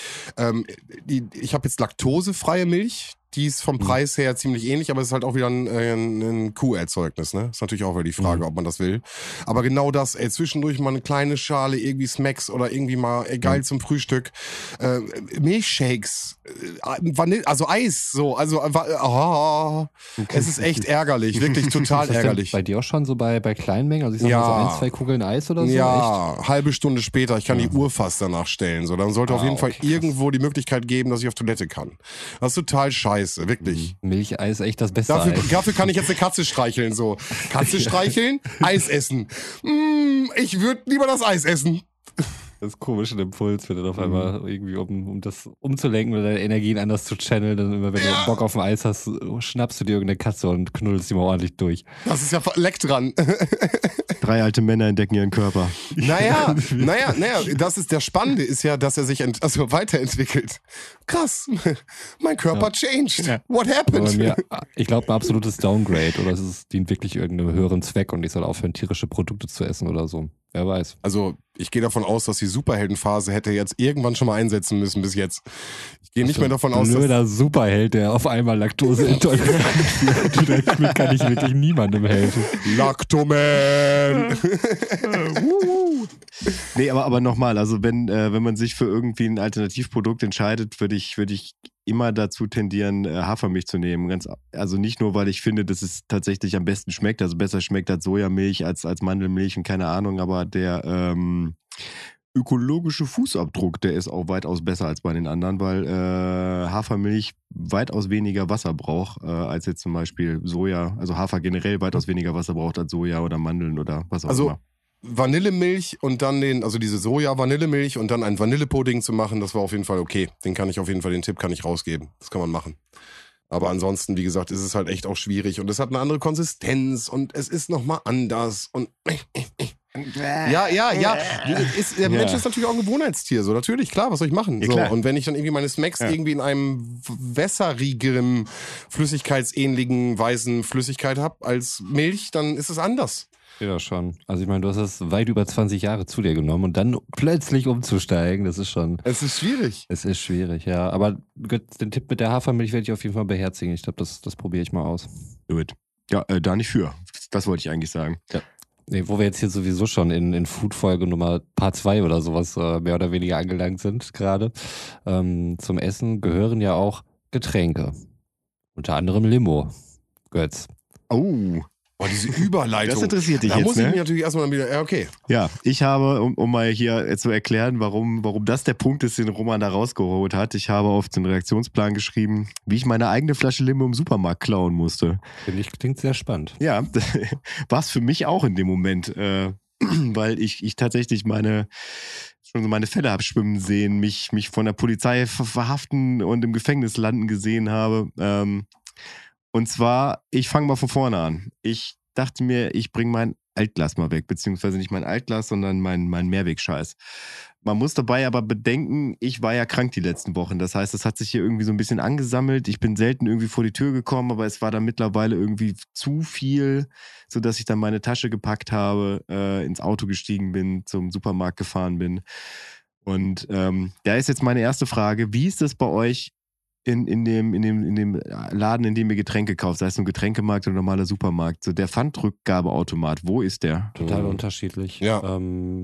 Ich habe jetzt laktosefreie Milch. Die ist vom Preis her ziemlich ähnlich, aber es ist halt auch wieder ein Kuherzeugnis, ne? Ist natürlich auch wieder die Frage, ob man das will. Aber genau das, zwischendurch mal eine kleine Schale, irgendwie Smacks oder irgendwie mal geil zum Frühstück. Milchshakes, Vanille, also Eis, so, also es ist echt ärgerlich, wirklich total ist das ärgerlich. Bei dir auch schon so bei kleinen Mengen? Also ich sag mal so 1, 2 Kugeln Eis oder so? Ja, echt? Halbe Stunde später, ich kann die Uhr fast danach stellen. So, dann sollte auf jeden Fall irgendwo die Möglichkeit geben, dass ich auf Toilette kann. Das ist total scheiße, wirklich. Milcheis, echt das beste Dafür kann ich jetzt eine Katze streicheln, so. Katze streicheln, Eis essen. Ich würde lieber das Eis essen. Das ist komisch, ein Impuls, wenn du auf einmal irgendwie, um das umzulenken oder deine Energien anders zu channeln, dann immer, wenn du Bock auf ein Eis hast, schnappst du dir irgendeine Katze und knuddelst die mal ordentlich durch. Das ist ja leck dran. 3 alte Männer entdecken ihren Körper. Naja, das ist der Spannende, ist ja, dass er sich weiterentwickelt. Krass, mein Körper changed. Ja. What happened? Ich glaube, ein absolutes Downgrade oder es dient wirklich irgendeinem höheren Zweck und ich soll aufhören, tierische Produkte zu essen oder so. Wer weiß. Also, ich gehe davon aus, dass die Superheldenphase hätte jetzt irgendwann schon mal einsetzen müssen bis jetzt. Ich gehe nicht mehr davon aus, dass... Ein blöder Superheld, der auf einmal laktoseintolerant wird. Damit kann ich wirklich niemandem helfen. Lactoman! Nee, aber nochmal, also wenn man sich für irgendwie ein Alternativprodukt entscheidet, würde ich immer dazu tendieren, Hafermilch zu nehmen. Also nicht nur, weil ich finde, dass es tatsächlich am besten schmeckt, also besser schmeckt als Sojamilch, als Mandelmilch und keine Ahnung, aber der ökologische Fußabdruck, der ist auch weitaus besser als bei den anderen, weil Hafermilch weitaus weniger Wasser braucht als jetzt zum Beispiel Soja, also Hafer generell weitaus weniger Wasser braucht als Soja oder Mandeln oder was auch immer. Vanillemilch und dann diese Soja-Vanillemilch und dann einen Vanillepudding zu machen, das war auf jeden Fall okay. Den Tipp kann ich rausgeben. Das kann man machen. Aber ansonsten, wie gesagt, ist es halt echt auch schwierig und es hat eine andere Konsistenz und es ist nochmal anders und Ja. Der Mensch ist natürlich auch ein Gewohnheitstier. So, natürlich, klar, was soll ich machen? Ja, so, klar. und wenn ich dann irgendwie meine Smacks irgendwie in einem wässerigeren, flüssigkeitsähnlichen, weißen Flüssigkeit habe als Milch, dann ist es anders. Ja, schon. Also ich meine, du hast es weit über 20 Jahre zu dir genommen und dann plötzlich umzusteigen, das ist schon... Es ist schwierig. Es ist schwierig, ja. Aber den Tipp mit der Hafermilch werde ich auf jeden Fall beherzigen. Ich glaube, das probiere ich mal aus. Gut. Ja, da nicht für. Das wollte ich eigentlich sagen. Ja. Nee, wo wir jetzt hier sowieso schon in Food-Folge Nummer Part 2 oder sowas mehr oder weniger angelangt sind gerade. Zum Essen gehören ja auch Getränke. Unter anderem Limo. Götz. Oh, Boah, diese Überleitung. das interessiert dich da jetzt, muss ich ne? mich natürlich erstmal wieder, ja, okay. Ja, ich habe, um mal hier zu erklären, warum das der Punkt ist, den Roman da rausgeholt hat, ich habe auf den Redaktionsplan geschrieben, wie ich meine eigene Flasche Limo im Supermarkt klauen musste. Finde ich, klingt sehr spannend. Ja, war es für mich auch in dem Moment, weil ich tatsächlich schon so meine Fälle habe schwimmen sehen, mich von der Polizei verhaften und im Gefängnis landen gesehen habe. Und zwar, ich fange mal von vorne an. Ich dachte mir, ich bringe mein Altglas mal weg, beziehungsweise nicht mein Altglas, sondern mein Mehrwegscheiß. Man muss dabei aber bedenken, ich war ja krank die letzten Wochen. Das heißt, es hat sich hier irgendwie so ein bisschen angesammelt. Ich bin selten irgendwie vor die Tür gekommen, aber es war dann mittlerweile irgendwie zu viel, sodass ich dann meine Tasche gepackt habe, ins Auto gestiegen bin, zum Supermarkt gefahren bin. Und da ist jetzt meine erste Frage, wie ist das bei euch in dem Laden, in dem ihr Getränke kauft, sei es ein Getränkemarkt oder ein normaler Supermarkt, so der Pfandrückgabeautomat, wo ist der? Total unterschiedlich. Ja.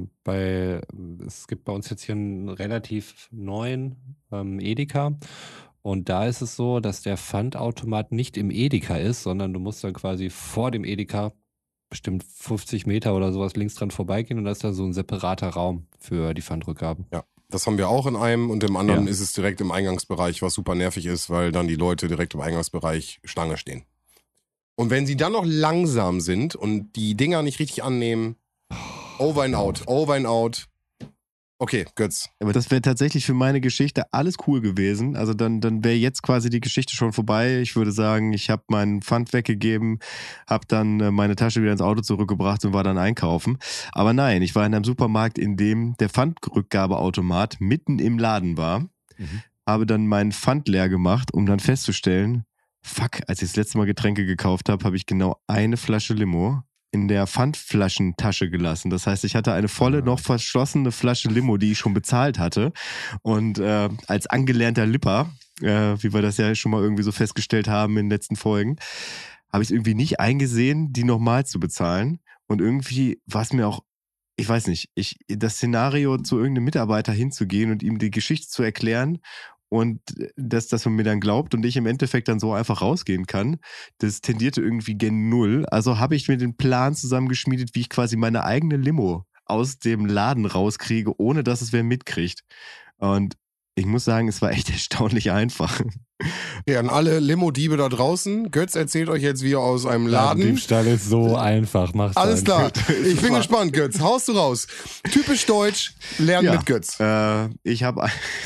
Es gibt bei uns jetzt hier einen relativ neuen Edeka. Und da ist es so, dass der Pfandautomat nicht im Edeka ist, sondern du musst dann quasi vor dem Edeka bestimmt 50 Meter oder sowas links dran vorbeigehen und da ist da so ein separater Raum für die Pfandrückgaben. Ja, das haben wir auch in einem und im anderen Ja. ist es direkt im Eingangsbereich, was super nervig ist, weil dann die Leute direkt im Eingangsbereich Schlange stehen. Und wenn sie dann noch langsam sind und die Dinger nicht richtig annehmen, over and out. Okay, Götz. Aber das wäre tatsächlich für meine Geschichte alles cool gewesen. Also dann wäre jetzt quasi die Geschichte schon vorbei. Ich würde sagen, ich habe meinen Pfand weggegeben, habe dann meine Tasche wieder ins Auto zurückgebracht und war dann einkaufen. Aber nein, ich war in einem Supermarkt, in dem der Pfandrückgabeautomat mitten im Laden war. Habe dann meinen Pfand leer gemacht, um dann festzustellen, fuck, als ich das letzte Mal Getränke gekauft habe, habe ich genau eine Flasche Limo in der Pfandflaschentasche gelassen. Das heißt, ich hatte eine volle, noch verschlossene Flasche Limo, die ich schon bezahlt hatte. Und als angelernter Lipper, wie wir das ja schon mal irgendwie so festgestellt haben in den letzten Folgen, habe ich es irgendwie nicht eingesehen, die nochmal zu bezahlen. Und irgendwie war es mir auch, ich weiß nicht, das Szenario, zu irgendeinem Mitarbeiter hinzugehen und ihm die Geschichte zu erklären und dass man mir dann glaubt und ich im Endeffekt dann so einfach rausgehen kann, das tendierte irgendwie gen Null. Also habe ich mir den Plan zusammengeschmiedet, wie ich quasi meine eigene Limo aus dem Laden rauskriege, ohne dass es wer mitkriegt. Und ich muss sagen, es war echt erstaunlich einfach. Ja, an alle Limo-Diebe da draußen, Götz erzählt euch jetzt, wie er aus einem Laden... Diebstahl ist so einfach, mach's Alles klar, ich bin war- gespannt, Götz. Haust du raus. Typisch deutsch, lernen mit Götz. Ich hab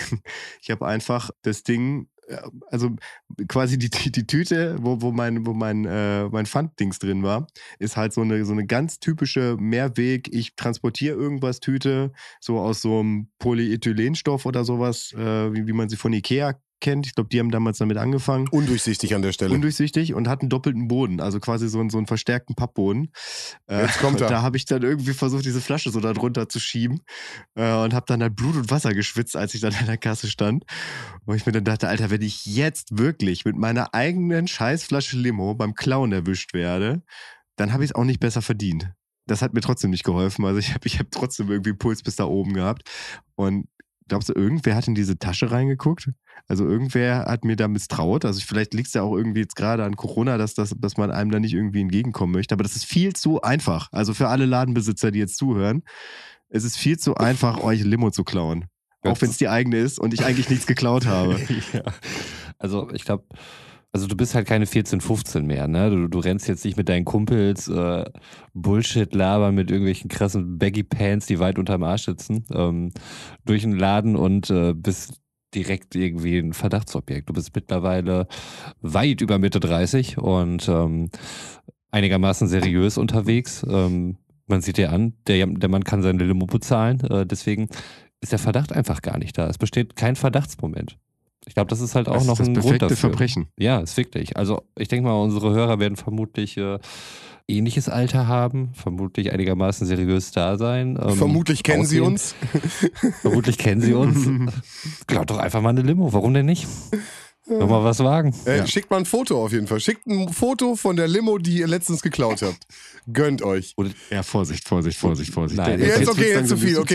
einfach das Ding, also quasi die Tüte, wo mein Pfanddings drin war, ist halt so eine ganz typische Mehrweg, ich transportiere irgendwas Tüte, so aus so einem Polyethylenstoff oder sowas, wie man sie von Ikea kennt. Ich glaube, die haben damals damit angefangen. Undurchsichtig an der Stelle. Undurchsichtig und hat einen doppelten Boden, also quasi so einen verstärkten Pappboden. Jetzt kommt er. Da habe ich dann irgendwie versucht, diese Flasche so da drunter zu schieben und habe dann halt Blut und Wasser geschwitzt, als ich dann an der Kasse stand. Wo ich mir dann dachte, Alter, wenn ich jetzt wirklich mit meiner eigenen Scheißflasche Limo beim Klauen erwischt werde, dann habe ich es auch nicht besser verdient. Das hat mir trotzdem nicht geholfen. Also ich hab trotzdem irgendwie Puls bis da oben gehabt. Und glaubst du, irgendwer hat in diese Tasche reingeguckt? Also irgendwer hat mir da misstraut. Also vielleicht liegt es ja auch irgendwie jetzt gerade an Corona, dass man einem da nicht irgendwie entgegenkommen möchte. Aber das ist viel zu einfach. Also für alle Ladenbesitzer, die jetzt zuhören, es ist viel zu einfach, euch Limo zu klauen. Auch wenn es die eigene ist und ich eigentlich nichts geklaut habe. Ja. Also ich glaube, du bist halt keine 14, 15 mehr, ne? Du rennst jetzt nicht mit deinen Kumpels Bullshit labern mit irgendwelchen krassen Baggy Pants, die weit unterm Arsch sitzen, durch den Laden und bist direkt irgendwie ein Verdachtsobjekt. Du bist mittlerweile weit über Mitte 30 und einigermaßen seriös unterwegs. Man sieht dir an, der Mann kann seine Limo bezahlen, deswegen ist der Verdacht einfach gar nicht da. Es besteht kein Verdachtsmoment. Ich glaube, das ist halt auch Das noch ist ein das Grund perfekte dafür. Verbrechen. Ja, ist wirklich. Also ich denke mal, unsere Hörer werden vermutlich ähnliches Alter haben, vermutlich einigermaßen seriös da sein. Vermutlich kennen sie aussehen. uns. Vermutlich kennen sie uns. Glaubt doch einfach mal eine Limo, warum denn nicht? Nochmal was wagen. Schickt mal ein Foto auf jeden Fall. Schickt ein Foto von der Limo, die ihr letztens geklaut habt. Gönnt euch. Ja, Vorsicht. Nein, Jetzt okay, jetzt zu viel. Okay,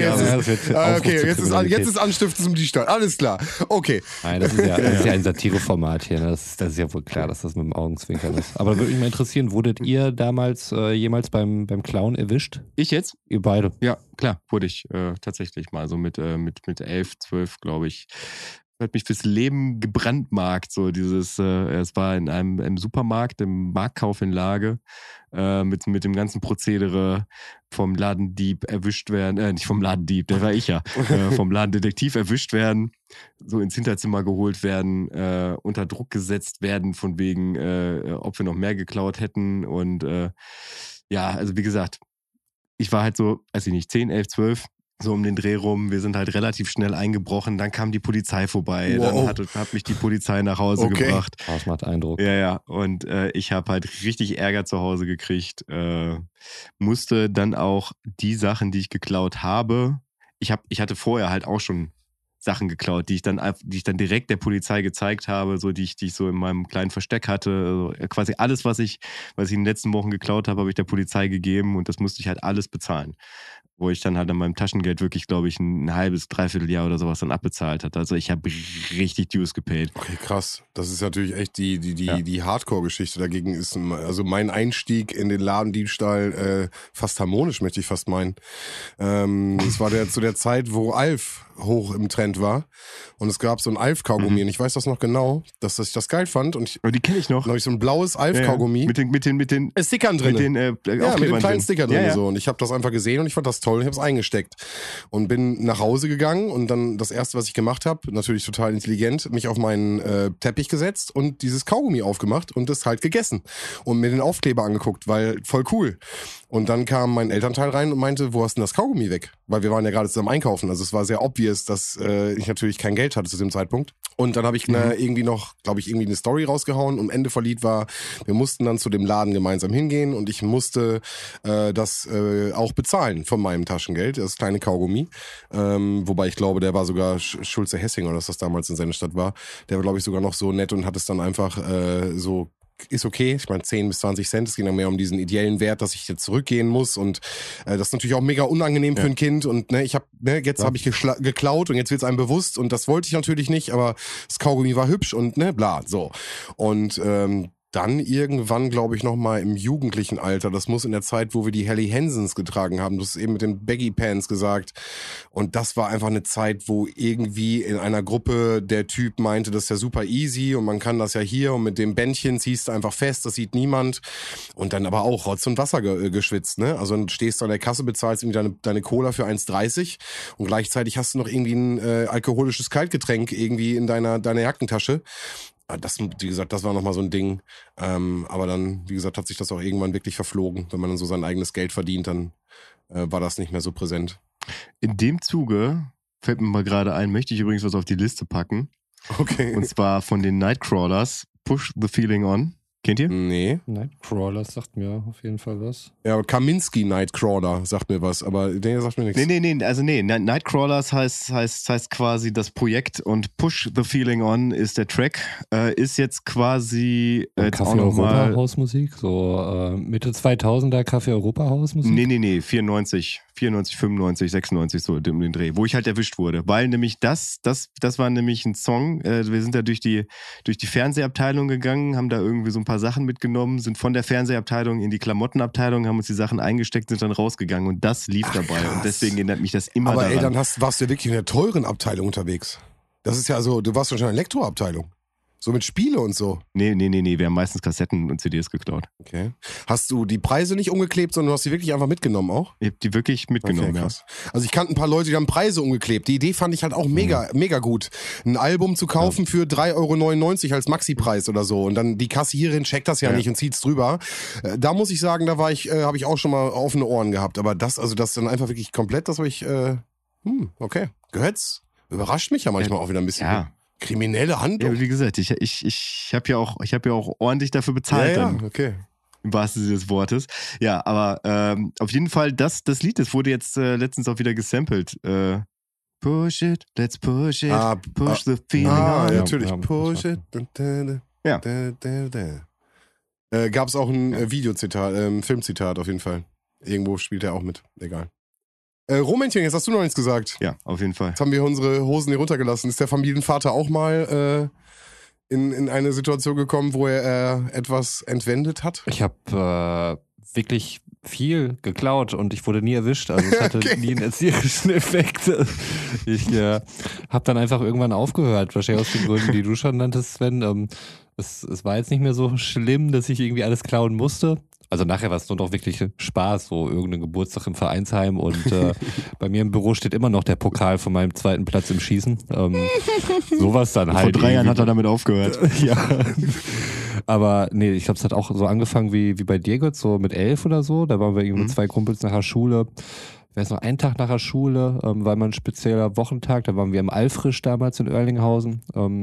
jetzt ist ist Anstiften zum Diebstahl. Alles klar. Okay. Nein, das ist ja ein Satireformat hier. Ne? Das ist ja wohl klar, dass das mit dem Augenzwinkern ist. Aber würde mich mal interessieren, wurdet ihr damals jemals beim Clown erwischt? Ich jetzt? Ihr beide? Ja, klar, wurde ich tatsächlich mal so mit 11, 12, glaube ich. Hat mich fürs Leben gebrandmarkt, so dieses, es war in einem Supermarkt, im Marktkauf in Lage, mit dem ganzen Prozedere vom Ladendieb erwischt werden, nicht vom Ladendieb, der war ich ja, vom Ladendetektiv erwischt werden, so ins Hinterzimmer geholt werden, unter Druck gesetzt werden, von wegen, ob wir noch mehr geklaut hätten und ja, also wie gesagt, ich war halt so, weiß ich nicht, 10, 11, 12, so um den Dreh rum. Wir sind halt relativ schnell eingebrochen. Dann kam die Polizei vorbei. Wow. Dann hat mich die Polizei nach Hause gebracht. Das macht Eindruck. Ja. Und ich habe halt richtig Ärger zu Hause gekriegt. Musste dann auch die Sachen, die ich geklaut habe, ich hatte vorher halt auch schon Sachen geklaut, die ich dann direkt der Polizei gezeigt habe, so die ich so in meinem kleinen Versteck hatte. Also quasi alles, was ich in den letzten Wochen geklaut habe, habe ich der Polizei gegeben und das musste ich halt alles bezahlen. Wo ich dann halt an meinem Taschengeld wirklich, glaube ich, ein halbes, dreiviertel Jahr oder sowas dann abbezahlt hatte. Also ich habe richtig Dues gepaid. Okay, krass. Das ist natürlich echt die Hardcore-Geschichte. Dagegen ist also mein Einstieg in den Ladendiebstahl fast harmonisch, möchte ich fast meinen. Es war zu der Zeit, wo Alf hoch im Trend war. Und es gab so ein Alf-Kaugummi. Und ich weiß das noch genau, dass ich das geil fand. Und Aber die kenne ich noch. Dann habe ich so ein blaues Alf-Kaugummi. Ja, mit den Stickern drin. Mit den mit dem Aufklebern kleinen drin. Sticker drin. Ja. So. Und ich habe das einfach gesehen und ich fand das toll und ich habe es eingesteckt. Und bin nach Hause gegangen und dann das Erste, was ich gemacht habe, natürlich total intelligent, mich auf meinen Teppich gesetzt und dieses Kaugummi aufgemacht und das halt gegessen. Und mir den Aufkleber angeguckt, weil voll cool. Und dann kam mein Elternteil rein und meinte, wo hast denn das Kaugummi weg? Weil wir waren ja gerade zusammen einkaufen. Also es war sehr obvious, dass ich natürlich kein Geld hatte zu dem Zeitpunkt. Und dann habe ich irgendwie noch, glaube ich, irgendwie eine Story rausgehauen. Und Ende vom Lied war, wir mussten dann zu dem Laden gemeinsam hingehen und ich musste das auch bezahlen von meinem Taschengeld, das kleine Kaugummi. Wobei ich glaube, der war sogar Schulze Hessing oder dass das damals in seiner Stadt war. Der war, glaube ich, sogar noch so nett und hat es dann einfach so ist okay, ich meine 10 bis 20 Cent, es ging dann mehr um diesen ideellen Wert, dass ich jetzt zurückgehen muss und das ist natürlich auch mega unangenehm für ein Kind und jetzt habe ich geklaut und jetzt wird es einem bewusst und das wollte ich natürlich nicht, aber das Kaugummi war hübsch und bla, so. Und dann irgendwann, glaube ich, nochmal im jugendlichen Alter, das muss in der Zeit, wo wir die Helly Hansens getragen haben, du hast eben mit den Baggy Pants gesagt und das war einfach eine Zeit, wo irgendwie in einer Gruppe der Typ meinte, das ist ja super easy und man kann das ja hier und mit dem Bändchen ziehst du einfach fest, das sieht niemand und dann aber auch Rotz und Wasser geschwitzt, ne? Also dann stehst du an der Kasse, bezahlst irgendwie deine Cola für 1,30 und gleichzeitig hast du noch irgendwie ein alkoholisches Kaltgetränk irgendwie in deiner Jackentasche. Das, wie gesagt, das war nochmal so ein Ding. Aber dann, wie gesagt, hat sich das auch irgendwann wirklich verflogen. Wenn man dann so sein eigenes Geld verdient, dann war das nicht mehr so präsent. In dem Zuge fällt mir mal gerade ein, möchte ich übrigens was auf die Liste packen. Okay. Und zwar von den Nightcrawlers, Push the Feeling On. Kennt ihr? Nee. Nightcrawler sagt mir auf jeden Fall was. Ja, aber Kaminski Nightcrawler sagt mir was, aber der sagt mir nichts. Nee. Nightcrawlers heißt quasi das Projekt und Push the Feeling On ist der Track. Ist jetzt quasi jetzt Café auch noch Europa mal Hausmusik, so Mitte 2000er Café Europa Hausmusik. Nee, 94, 95, 96 so um den Dreh, wo ich halt erwischt wurde, weil nämlich das war nämlich ein Song, wir sind da durch die Fernsehabteilung gegangen, haben da irgendwie so ein paar Sachen mitgenommen, sind von der Fernsehabteilung in die Klamottenabteilung, haben uns die Sachen eingesteckt, sind dann rausgegangen und das lief dabei krass. und deswegen erinnert mich das immer aber daran. dann warst du ja wirklich in der teuren Abteilung unterwegs. Das ist ja so, du warst schon in der Elektroabteilung. So mit Spiele und so. Nee, wir haben meistens Kassetten und CDs geklaut. Okay. Hast du die Preise nicht umgeklebt, sondern du hast die wirklich einfach mitgenommen auch? Ich hab die wirklich mitgenommen, Okay, krass. Also ich kannte ein paar Leute, die haben Preise umgeklebt. Die Idee fand ich halt auch mega gut. Ein Album zu kaufen für 3,99 € als Maxi-Preis oder so. Und dann die Kassiererin checkt das ja nicht und zieht's drüber. Da muss ich sagen, da habe ich auch schon mal offene Ohren gehabt. Aber das dann einfach wirklich komplett, das habe ich, okay. Gehört's? Überrascht mich ja manchmal auch wieder ein bisschen. Ja. Kriminelle Handlung. Ja, wie gesagt, ich habe ja auch ordentlich dafür bezahlt dann. Okay. Im wahrsten Sinne des Wortes. Ja, aber auf jeden Fall, das Lied, das wurde jetzt letztens auch wieder gesampelt. Push it, let's push it, push the feeling on. Ja, natürlich. Push it. Ja. Gab's auch ein Videozitat, Filmzitat auf jeden Fall. Irgendwo spielt er auch mit. Egal. Romännchen, jetzt hast du noch nichts gesagt. Ja, auf jeden Fall. Jetzt haben wir unsere Hosen hier runtergelassen. Ist der Familienvater auch mal in eine Situation gekommen, wo er etwas entwendet hat? Ich habe wirklich viel geklaut und ich wurde nie erwischt. Also es hatte nie einen erzieherischen Effekt. Ich habe dann einfach irgendwann aufgehört. Wahrscheinlich aus den Gründen, die du schon nanntest, Sven. Es war jetzt nicht mehr so schlimm, dass ich irgendwie alles klauen musste. Also nachher war es nur noch wirklich Spaß, so irgendein Geburtstag im Vereinsheim und bei mir im Büro steht immer noch der Pokal von meinem 2. Platz im Schießen. Sowas dann halt. Vor 3 Jahren hat er damit aufgehört. Ja. Aber nee, ich glaube, es hat auch so angefangen wie bei dir, Gott, so mit 11 oder so. Da waren wir irgendwie mit 2 Kumpels nach der Schule. Ich weiß noch, einen Tag nach der Schule war mal ein spezieller Wochentag. Da waren wir im Allfrisch damals in Oerlinghausen.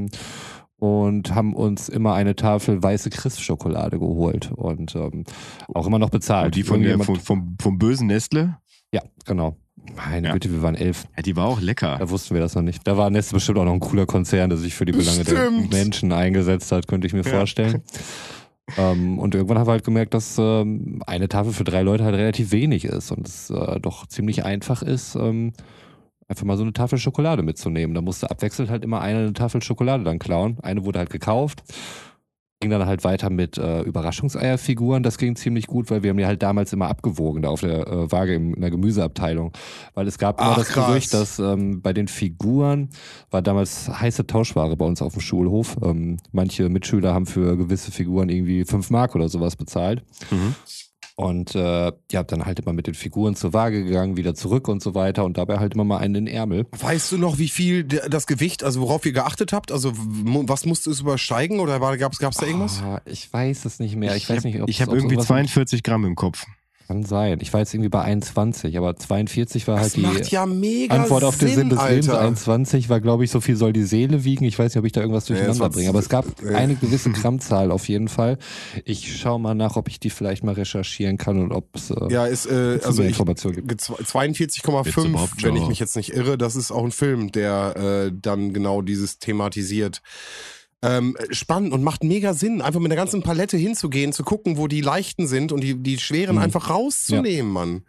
Und haben uns immer eine Tafel weiße Crisp-Schokolade geholt und auch immer noch bezahlt. Und die vom bösen Nestle? Ja, genau. Meine Güte, wir waren 11. Ja, die war auch lecker. Da wussten wir das noch nicht. Da war Nestle bestimmt auch noch ein cooler Konzern, der sich für die Belange der Menschen eingesetzt hat, könnte ich mir vorstellen. Und irgendwann haben wir halt gemerkt, dass eine Tafel für 3 Leute halt relativ wenig ist und es doch ziemlich einfach ist, einfach mal so eine Tafel Schokolade mitzunehmen. Da musste abwechselnd halt immer eine Tafel Schokolade dann klauen. Eine wurde halt gekauft. Ging dann halt weiter mit Überraschungseierfiguren. Das ging ziemlich gut, weil wir haben die halt damals immer abgewogen, da auf der Waage in der Gemüseabteilung. Weil es gab immer das Gerücht, dass bei den Figuren war damals heiße Tauschware bei uns auf dem Schulhof. Manche Mitschüler haben für gewisse Figuren irgendwie 5 Mark oder sowas bezahlt. Mhm. Und dann halt immer mit den Figuren zur Waage gegangen, wieder zurück und so weiter und dabei halt immer mal einen in den Ärmel. Weißt du noch, wie viel das Gewicht, also worauf ihr geachtet habt? Also was musste es übersteigen oder gab's da irgendwas? Ich weiß es nicht mehr. Ich weiß nicht, ich habe irgendwie 42 Gramm im Kopf. Kann sein. Ich war jetzt irgendwie bei 21, aber 42 war halt das macht ja mega Antwort auf den Sinn des Lebens. Alter. 21 war, glaube ich, so viel soll die Seele wiegen. Ich weiß nicht, ob ich da irgendwas durcheinander bringe, aber es gab eine gewisse Grammzahl auf jeden Fall. Ich schaue mal nach, ob ich die vielleicht mal recherchieren kann und ob es also Informationen gibt. 42,5, wenn ich mich jetzt nicht irre. Das ist auch ein Film, der dann genau dieses thematisiert. Spannend und macht mega Sinn, einfach mit der ganzen Palette hinzugehen, zu gucken, wo die leichten sind und die schweren einfach rauszunehmen, Mann.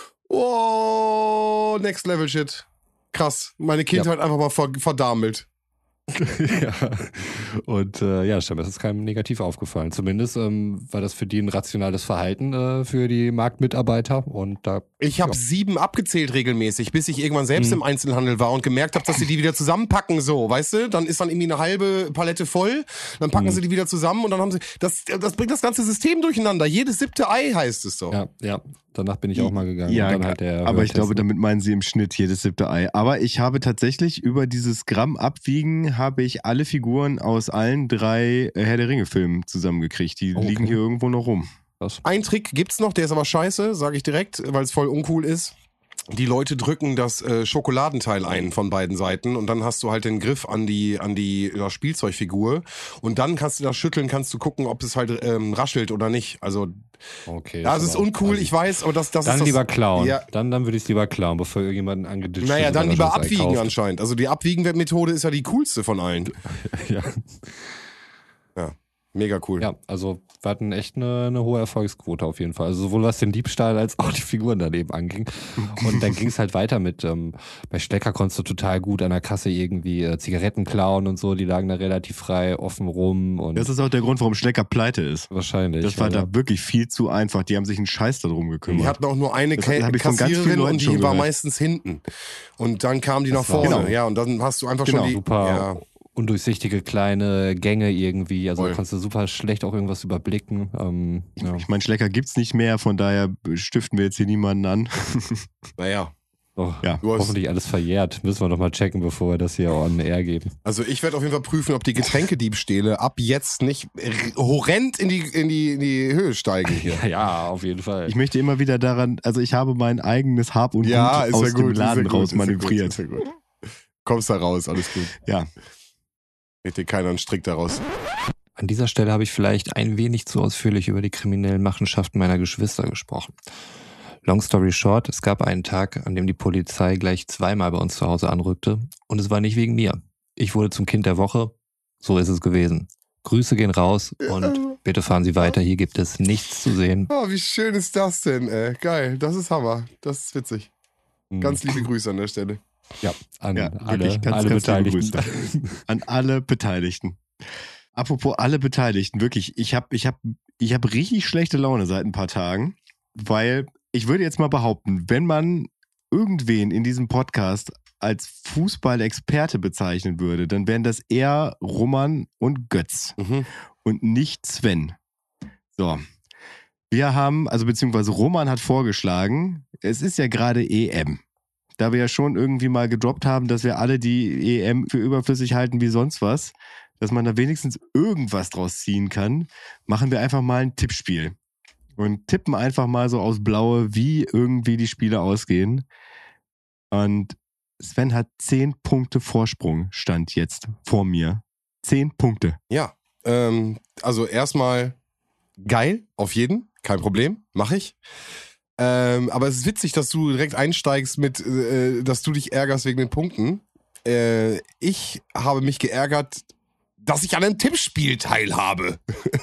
Oh, Next Level Shit. Krass. Meine Kindheit einfach mal verdammt. Ja. Und scheinbar ist es keinem negativ aufgefallen. Zumindest war das für die ein rationales Verhalten für die Marktmitarbeiter. Und ich habe 7 abgezählt regelmäßig, bis ich irgendwann selbst im Einzelhandel war und gemerkt habe, dass sie die wieder zusammenpacken, so, weißt du? Dann ist dann irgendwie eine halbe Palette voll, dann packen sie die wieder zusammen und dann haben sie, das bringt das ganze System durcheinander. Jedes 7. Ei heißt es so. Ja. Danach bin ich auch mal gegangen. Ja, und dann halt aber ich glaube, damit meinen sie im Schnitt jedes 7. Ei. Aber ich habe tatsächlich über dieses Gramm Abwiegen habe ich alle Figuren aus allen 3 Herr der Ringe-Filmen zusammengekriegt. Die liegen hier irgendwo noch rum. Ein Trick gibt's noch, der ist aber scheiße, sage ich direkt, weil es voll uncool ist. Die Leute drücken das Schokoladenteil ein von beiden Seiten und dann hast du halt den Griff an die Spielzeugfigur und dann kannst du das schütteln, kannst du gucken, ob es halt raschelt oder nicht. Also das ist uncool, ich weiß, aber das dann ist das. Lieber klauen. Ja. Dann würde ich es lieber klauen, bevor irgendjemanden angeditscht wird. Naja, dann lieber abwiegen anscheinend. Also die Abwiegen-Methode ist ja die coolste von allen. Ja. Mega cool. Ja, also wir hatten echt eine hohe Erfolgsquote auf jeden Fall. Also sowohl was den Diebstahl als auch die Figuren daneben anging. Und dann ging es halt weiter mit, bei Schlecker konntest du total gut an der Kasse irgendwie Zigaretten klauen und so, die lagen da relativ frei, offen rum. Und das ist auch der Grund, warum Schlecker pleite ist. Wahrscheinlich. Das war da wirklich viel zu einfach. Die haben sich einen Scheiß darum gekümmert. Die hatten auch nur eine Kassiererin und die war meistens hinten. Und dann kam die nach vorne. Genau. Ja, und dann hast du einfach schon die... super undurchsichtige kleine Gänge irgendwie. Also Voll. da kannst du super schlecht auch irgendwas überblicken. Ja. Ich meine, Schlecker gibt's nicht mehr, von daher stiften wir jetzt hier niemanden an. Naja. Oh, Ja, du hast- hoffentlich alles verjährt. Müssen wir doch mal checken, bevor wir das hier on air geben. Also ich werde auf jeden Fall prüfen, ob die Getränkediebstähle ab jetzt nicht horrend in die Höhe steigen hier. Ja, auf jeden Fall. Ich möchte immer wieder daran, also ich habe mein eigenes Hab und Gut aus dem Laden raus manövriert. Ist ja gut. Kommst da raus, alles gut. Ja. Wird dir keiner einen Strick daraus. An dieser Stelle habe ich vielleicht ein wenig zu ausführlich über die kriminellen Machenschaften meiner Geschwister gesprochen. Long story short, es gab einen Tag, an dem die Polizei gleich zweimal bei uns zu Hause anrückte und es war nicht wegen mir. Ich wurde zum Kind der Woche, so ist es gewesen. Grüße gehen raus und bitte fahren Sie weiter, hier gibt es nichts zu sehen. Oh, wie schön ist das denn, ey. Geil, das ist Hammer. Das ist witzig. Ganz liebe Grüße an der Stelle. Ja, an Ja, alle wirklich ganz liebe Beteiligten. Grüße. An alle Beteiligten. Apropos alle Beteiligten, wirklich, ich hab richtig schlechte Laune seit ein paar Tagen, weil ich würde jetzt mal behaupten, wenn man irgendwen in diesem Podcast als Fußballexperte bezeichnen würde, dann wären das eher Roman und Götz und nicht Sven. So. Wir haben, also beziehungsweise Roman hat vorgeschlagen, es ist ja gerade EM. Da wir ja schon irgendwie mal gedroppt haben, dass wir alle die EM für überflüssig halten wie sonst was, dass man da wenigstens irgendwas draus ziehen kann, machen wir einfach mal ein Tippspiel. Und tippen einfach mal so aus Blaue, wie irgendwie die Spiele ausgehen. Und Sven hat 10 Punkte Vorsprung, stand jetzt vor mir. 10 Punkte. Ja, also erstmal geil, auf jeden, kein Problem, mache ich. Aber es ist witzig, dass du direkt einsteigst mit, dass du dich ärgerst wegen den Punkten. Ich habe mich geärgert, dass ich an einem Tippspiel teilhabe.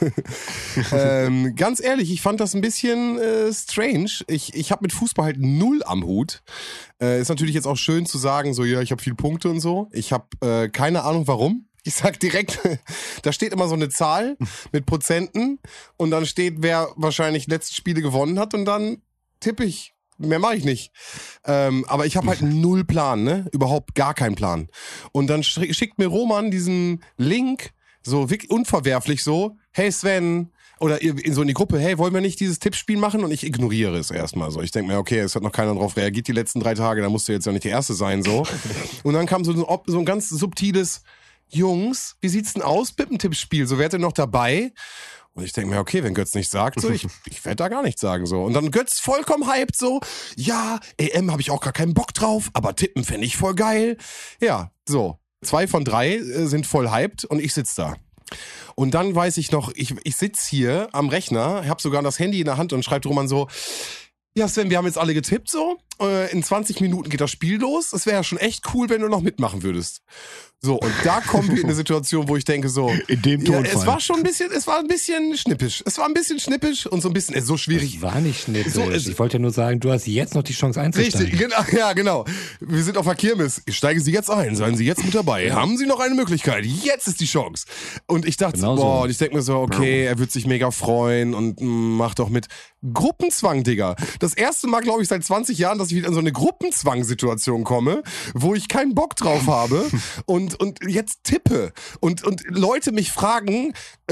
Ganz ehrlich, ich fand das ein bisschen strange. Ich habe mit Fußball halt null am Hut. Ist natürlich jetzt auch schön zu sagen, so ja, ich habe viele Punkte und so. Ich habe keine Ahnung warum. Ich sag direkt, da steht immer so eine Zahl mit Prozenten und dann steht, wer wahrscheinlich letzte Spiele gewonnen hat und dann tippe ich. Mehr mache ich nicht. Aber ich habe halt null Plan, ne? Überhaupt gar keinen Plan. Und dann schickt mir Roman diesen Link, so wirklich unverwerflich so, hey Sven, oder so in die Gruppe, hey, wollen wir nicht dieses Tippspiel machen? Und ich ignoriere es erstmal so. Ich denke mir, okay, es hat noch keiner drauf reagiert die letzten 3 Tage, da musst du jetzt ja nicht die Erste sein, so. Und dann kam so ein ganz subtiles, Jungs, wie sieht's denn aus mit dem Tippspiel? So, wer denn noch dabei? Und ich denke mir, okay, wenn Götz nicht sagt, so, ich werde da gar nichts sagen, so. Und dann Götz vollkommen hyped, so, ja, EM habe ich auch gar keinen Bock drauf, aber tippen fände ich voll geil. Ja, so. 2 von 3 sind voll hyped und ich sitz da. Und dann weiß ich noch, ich sitz hier am Rechner, habe sogar das Handy in der Hand und schreibt Roman so, ja Sven, wir haben jetzt alle getippt, so, in 20 Minuten geht das Spiel los. Es wäre ja schon echt cool, wenn du noch mitmachen würdest. So, und da kommen wir in eine Situation, wo ich denke so, in dem Tonfall. Ja, es war ein bisschen schnippisch. Es war ein bisschen schnippisch und so ein bisschen, so schwierig. Das war nicht schnippisch. So, ich wollte ja nur sagen, du hast jetzt noch die Chance einzusteigen. Richtig, genau, ja, genau. Wir sind auf der Kirmes. Steigen Sie jetzt ein, seien Sie jetzt mit dabei. Haben Sie noch eine Möglichkeit? Jetzt ist die Chance. Und ich dachte, Genau so. boah, und ich denke mir so, okay, er wird sich mega freuen und macht doch mit. Gruppenzwang, Digga. Das erste Mal, glaube ich, seit 20 Jahren, dass ich wieder in so eine Gruppenzwang-Situation komme, wo ich keinen Bock drauf habe und jetzt tippe. Und Leute mich fragen,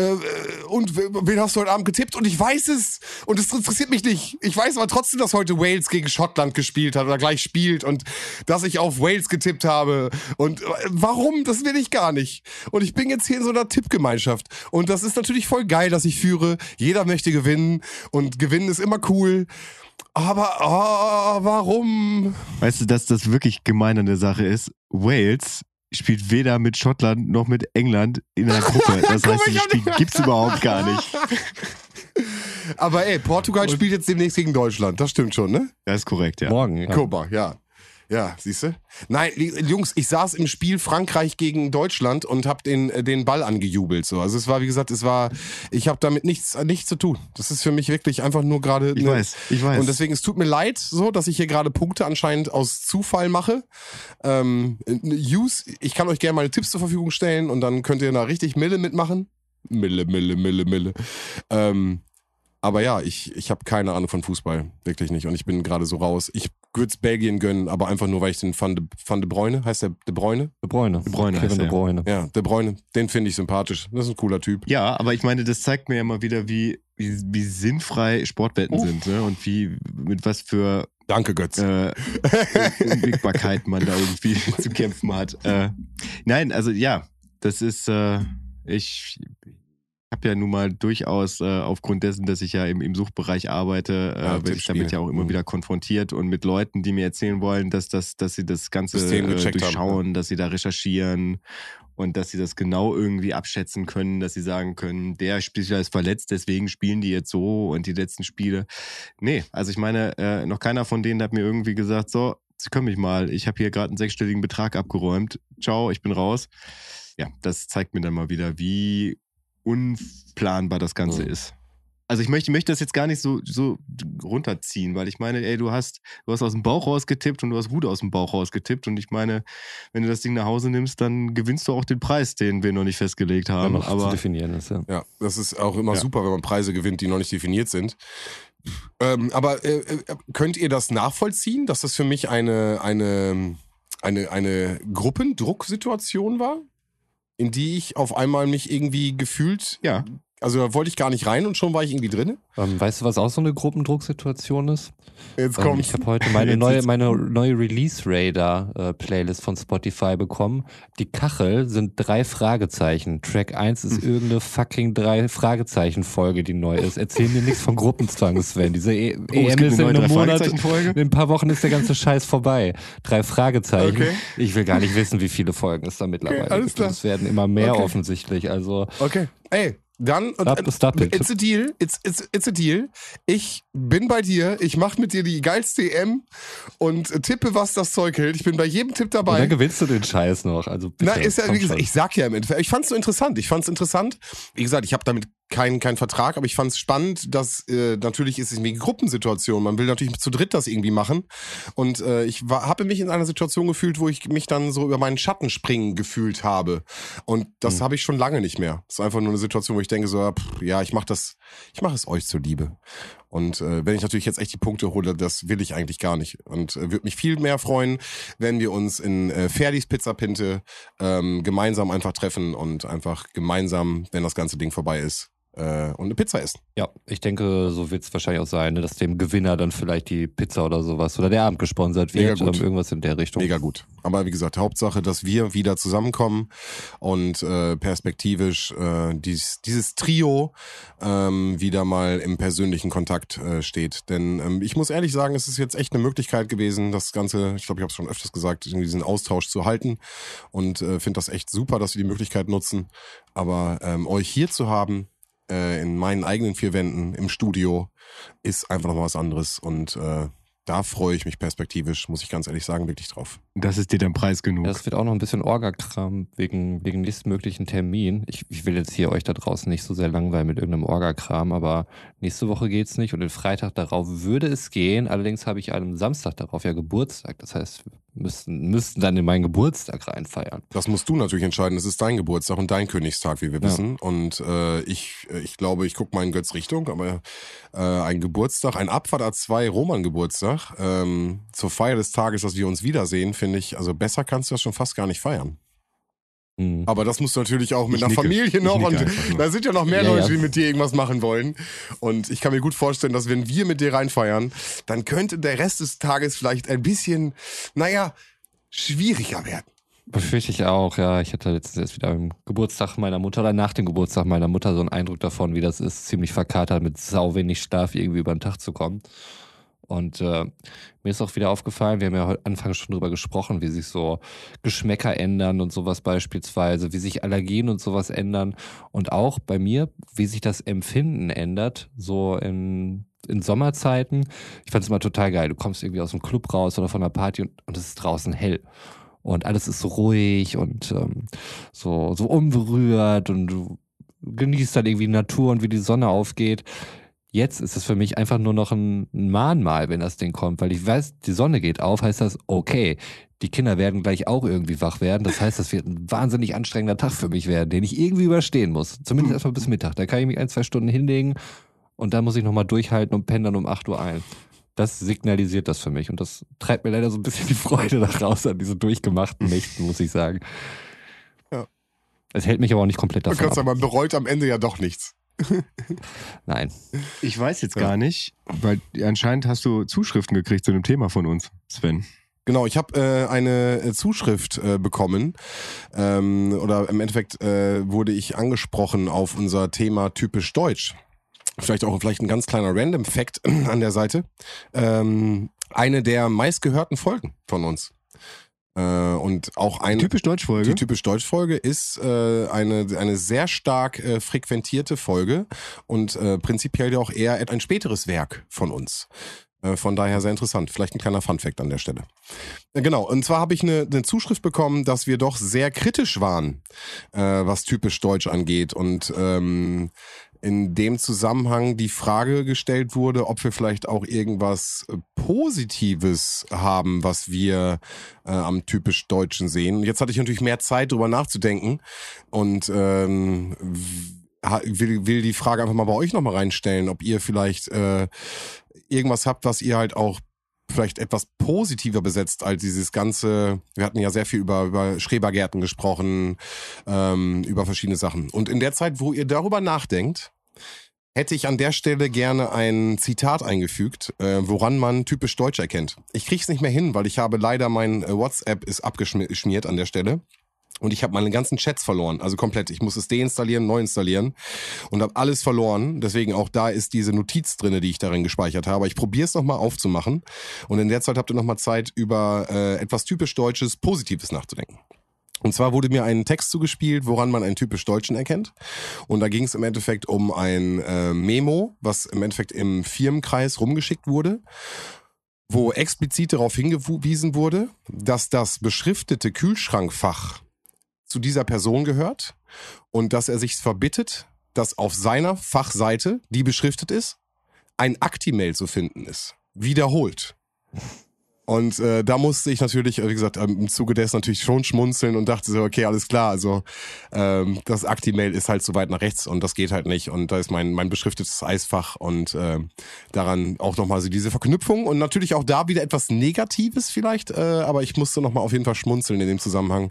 und wen hast du heute Abend getippt? Und ich weiß es. Und es interessiert mich nicht. Ich weiß aber trotzdem, dass heute Wales gegen Schottland gespielt hat oder gleich spielt und dass ich auf Wales getippt habe. Und warum? Das will ich gar nicht. Und ich bin jetzt hier in so einer Tippgemeinschaft. Und das ist natürlich voll geil, dass ich führe. Jeder möchte gewinnen. Und gewinnen ist immer cool. Aber warum? Weißt du, dass das wirklich gemein an der Sache ist? Wales spielt weder mit Schottland noch mit England in einer Gruppe. Das heißt, dieses Spiel gibt's überhaupt gar nicht. Aber ey, Portugal spielt jetzt demnächst gegen Deutschland. Das stimmt schon, ne? Das ist korrekt, ja. Morgen, ja. Guck mal, ja. Ja, siehst du? Nein, Jungs, ich saß im Spiel Frankreich gegen Deutschland und hab den Ball angejubelt. So. Also es war, wie gesagt, ich habe damit nichts zu tun. Das ist für mich wirklich einfach nur gerade. Ich weiß. Und deswegen, es tut mir leid, so, dass ich hier gerade Punkte anscheinend aus Zufall mache. Ich kann euch gerne meine Tipps zur Verfügung stellen und dann könnt ihr da richtig Mille mitmachen. Mille. Aber ja, ich habe keine Ahnung von Fußball. Wirklich nicht. Und ich bin gerade so raus. Ich würde es Belgien gönnen, aber einfach nur, weil ich den Van de Bruyne, heißt der De Bruyne? De Bruyne. Kevin De Bruyne. Ja, De Bruyne. Den finde ich sympathisch. Das ist ein cooler Typ. Ja, aber ich meine, das zeigt mir ja mal wieder, wie sinnfrei Sportwetten sind, ne? Und mit was für Danke, Götz. Unwägbarkeit man da irgendwie zu kämpfen hat. Nein, also ja, das ist, ich habe ja nun mal durchaus aufgrund dessen, dass ich ja im Suchtbereich arbeite, werde ich damit ja auch immer wieder konfrontiert und mit Leuten, die mir erzählen wollen, dass sie das Ganze durchschauen, dass sie da recherchieren und dass sie das genau irgendwie abschätzen können, dass sie sagen können, der Spieler ist verletzt, deswegen spielen die jetzt so und die letzten Spiele. Nee, also ich meine, noch keiner von denen hat mir irgendwie gesagt, so, Sie können mich mal, ich habe hier gerade einen 6-stelligen Betrag abgeräumt, ciao, ich bin raus. Ja, das zeigt mir dann mal wieder, wie unplanbar das Ganze ist. Also ich möchte das jetzt gar nicht so runterziehen, weil ich meine, ey, du hast aus dem Bauch rausgetippt und du hast gut aus dem Bauch rausgetippt und ich meine, wenn du das Ding nach Hause nimmst, dann gewinnst du auch den Preis, den wir noch nicht festgelegt haben. Ja, noch zu definieren ist, ja. Ja, das ist auch immer super, wenn man Preise gewinnt, die noch nicht definiert sind. Aber könnt ihr das nachvollziehen, dass das für mich eine Gruppendrucksituation war, in die ich auf einmal mich irgendwie gefühlt... Ja. Also da wollte ich gar nicht rein und schon war ich irgendwie drin. Weißt du, was auch so eine Gruppendrucksituation ist? Jetzt kommt's. Ich habe heute meine neue Release-Radar-Playlist von Spotify bekommen. Die Kachel sind 3 Fragezeichen. Track 1 ist irgendeine fucking 3-Fragezeichen-Folge, die neu ist. Erzähl mir nichts von Gruppenzwang, Sven. Diese EM ist in einem Monat, in ein paar Wochen ist der ganze Scheiß vorbei. 3 Fragezeichen. Okay. Ich will gar nicht wissen, wie viele Folgen es da mittlerweile gibt. Es werden immer mehr offensichtlich. Also. Okay. Ey. Dann, it's a deal, it's a deal. Ich bin bei dir, ich mache mit dir die geilste EM und tippe, was das Zeug hält. Ich bin bei jedem Tipp dabei. Und dann gewinnst du den Scheiß noch. Also bitte, ist ja, wie gesagt, ich sag ja im Endeffekt, ich fand's interessant. Wie gesagt, ich habe damit kein Vertrag, aber ich fand es spannend, dass natürlich ist es eine Gruppensituation. Man will natürlich zu dritt das irgendwie machen. Und ich habe mich in einer Situation gefühlt, wo ich mich dann so über meinen Schatten springen gefühlt habe. Und das habe ich schon lange nicht mehr. Das ist einfach nur eine Situation, wo ich denke so, ich mache es euch zuliebe. Und wenn ich natürlich jetzt echt die Punkte hole, das will ich eigentlich gar nicht. Und würde mich viel mehr freuen, wenn wir uns in Ferdis Pizzapinte gemeinsam einfach treffen und einfach gemeinsam, wenn das ganze Ding vorbei ist, und eine Pizza essen. Ja, ich denke, so wird es wahrscheinlich auch sein, ne, dass dem Gewinner dann vielleicht die Pizza oder sowas oder der Abend gesponsert wird oder irgendwas in der Richtung. Mega gut. Aber wie gesagt, Hauptsache, dass wir wieder zusammenkommen und perspektivisch dieses Trio wieder mal im persönlichen Kontakt steht. Denn ich muss ehrlich sagen, es ist jetzt echt eine Möglichkeit gewesen, das Ganze, ich glaube, ich habe es schon öfters gesagt, diesen Austausch zu halten und finde das echt super, dass wir die Möglichkeit nutzen. Aber euch hier zu haben, in meinen eigenen 4 Wänden im Studio, ist einfach noch was anderes und da freue ich mich perspektivisch, muss ich ganz ehrlich sagen, wirklich drauf. Das ist dir dann Preis genug. Ja, das wird auch noch ein bisschen Orga-Kram wegen nächstmöglichen Termin. Ich will jetzt hier euch da draußen nicht so sehr langweilen mit irgendeinem Orga-Kram, aber nächste Woche geht's nicht und den Freitag darauf würde es gehen. Allerdings habe ich am Samstag darauf ja Geburtstag. Das heißt, wir müssten dann in meinen Geburtstag reinfeiern. Das musst du natürlich entscheiden. Es ist dein Geburtstag und dein Königstag, wie wir wissen. Und ich glaube, ich gucke mal in Götz Richtung, aber ein Geburtstag, ein Abfahrt A2 Roman-Geburtstag zur Feier des Tages, dass wir uns wiedersehen, finde ich, also besser kannst du das schon fast gar nicht feiern. Aber das musst du natürlich auch mit einer Familie noch und da sind ja noch mehr Leute, die mit dir irgendwas machen wollen. Und ich kann mir gut vorstellen, dass wenn wir mit dir reinfeiern, dann könnte der Rest des Tages vielleicht ein bisschen, schwieriger werden. Befürchte ich auch, ja. Ich hatte letztens erst wieder am Geburtstag meiner Mutter oder nach dem Geburtstag meiner Mutter so einen Eindruck davon, wie das ist, ziemlich verkatert mit sau wenig Schlaf irgendwie über den Tag zu kommen. Und mir ist auch wieder aufgefallen, wir haben ja heute anfangs schon drüber gesprochen, wie sich so Geschmäcker ändern und sowas beispielsweise, wie sich Allergien und sowas ändern und auch bei mir, wie sich das Empfinden ändert, so in Sommerzeiten. Ich fand es immer total geil. Du kommst irgendwie aus dem Club raus oder von einer Party und es ist draußen hell. Und alles ist so ruhig und so unberührt und du genießt dann irgendwie die Natur und wie die Sonne aufgeht. Jetzt ist es für mich einfach nur noch ein Mahnmal, wenn das Ding kommt, weil ich weiß, die Sonne geht auf, heißt das, okay, die Kinder werden gleich auch irgendwie wach werden. Das heißt, das wird ein wahnsinnig anstrengender Tag für mich werden, den ich irgendwie überstehen muss. Zumindest erstmal bis Mittag. Da kann ich mich 1-2 Stunden hinlegen und dann muss ich nochmal durchhalten und penne dann um 8 Uhr ein. Das signalisiert das für mich und das treibt mir leider so ein bisschen die Freude nach raus an diese durchgemachten Nächten, muss ich sagen. Ja. Es hält mich aber auch nicht komplett Man davon kann ab. sagen, man bereut am Ende ja doch nichts. Nein. Ich weiß jetzt gar nicht, weil anscheinend hast du Zuschriften gekriegt zu dem Thema von uns, Sven. Genau, ich habe eine Zuschrift bekommen oder im Endeffekt wurde ich angesprochen auf unser Thema typisch deutsch. Vielleicht ein ganz kleiner Random Fact an der Seite. Eine der meistgehörten Folgen von uns. Und auch eine Typisch Deutsch-Folge? Die typisch Deutsch-Folge ist eine sehr stark frequentierte Folge und prinzipiell ja auch eher ein späteres Werk von uns. Von daher sehr interessant. Vielleicht ein kleiner Funfact an der Stelle. Genau, und zwar habe ich eine Zuschrift bekommen, dass wir doch sehr kritisch waren, was typisch Deutsch angeht. Und in dem Zusammenhang die Frage gestellt wurde, ob wir vielleicht auch irgendwas Positives haben, was wir am typisch Deutschen sehen. Jetzt hatte ich natürlich mehr Zeit, drüber nachzudenken und will die Frage einfach mal bei euch nochmal reinstellen, ob ihr vielleicht irgendwas habt, was ihr halt auch vielleicht etwas positiver besetzt als dieses ganze, wir hatten ja sehr viel über Schrebergärten gesprochen, über verschiedene Sachen. Und in der Zeit, wo ihr darüber nachdenkt, hätte ich an der Stelle gerne ein Zitat eingefügt, woran man typisch Deutsch erkennt. Ich krieg's nicht mehr hin, weil ich habe leider mein WhatsApp ist abgeschmiert an der Stelle. Und ich habe meine ganzen Chats verloren, also komplett. Ich muss es deinstallieren, neu installieren und habe alles verloren. Deswegen auch da ist diese Notiz drinne, die ich darin gespeichert habe. Ich probiere es nochmal aufzumachen und in der Zeit habt ihr nochmal Zeit, über etwas typisch Deutsches, Positives nachzudenken. Und zwar wurde mir ein Text zugespielt, woran man einen typisch Deutschen erkennt. Und da ging es im Endeffekt um ein Memo, was im Endeffekt im Firmenkreis rumgeschickt wurde, wo explizit darauf hingewiesen wurde, dass das beschriftete Kühlschrankfach zu dieser Person gehört und dass er sich verbittet, dass auf seiner Fachseite, die beschriftet ist, ein Aktimail zu finden ist. Wiederholt. Und da musste ich natürlich, wie gesagt, im Zuge dessen natürlich schon schmunzeln und dachte so, okay, alles klar, also das Aktimail ist halt so weit nach rechts und das geht halt nicht und da ist mein beschriftetes Eisfach und daran auch nochmal so diese Verknüpfung und natürlich auch da wieder etwas Negatives vielleicht, aber ich musste nochmal auf jeden Fall schmunzeln in dem Zusammenhang,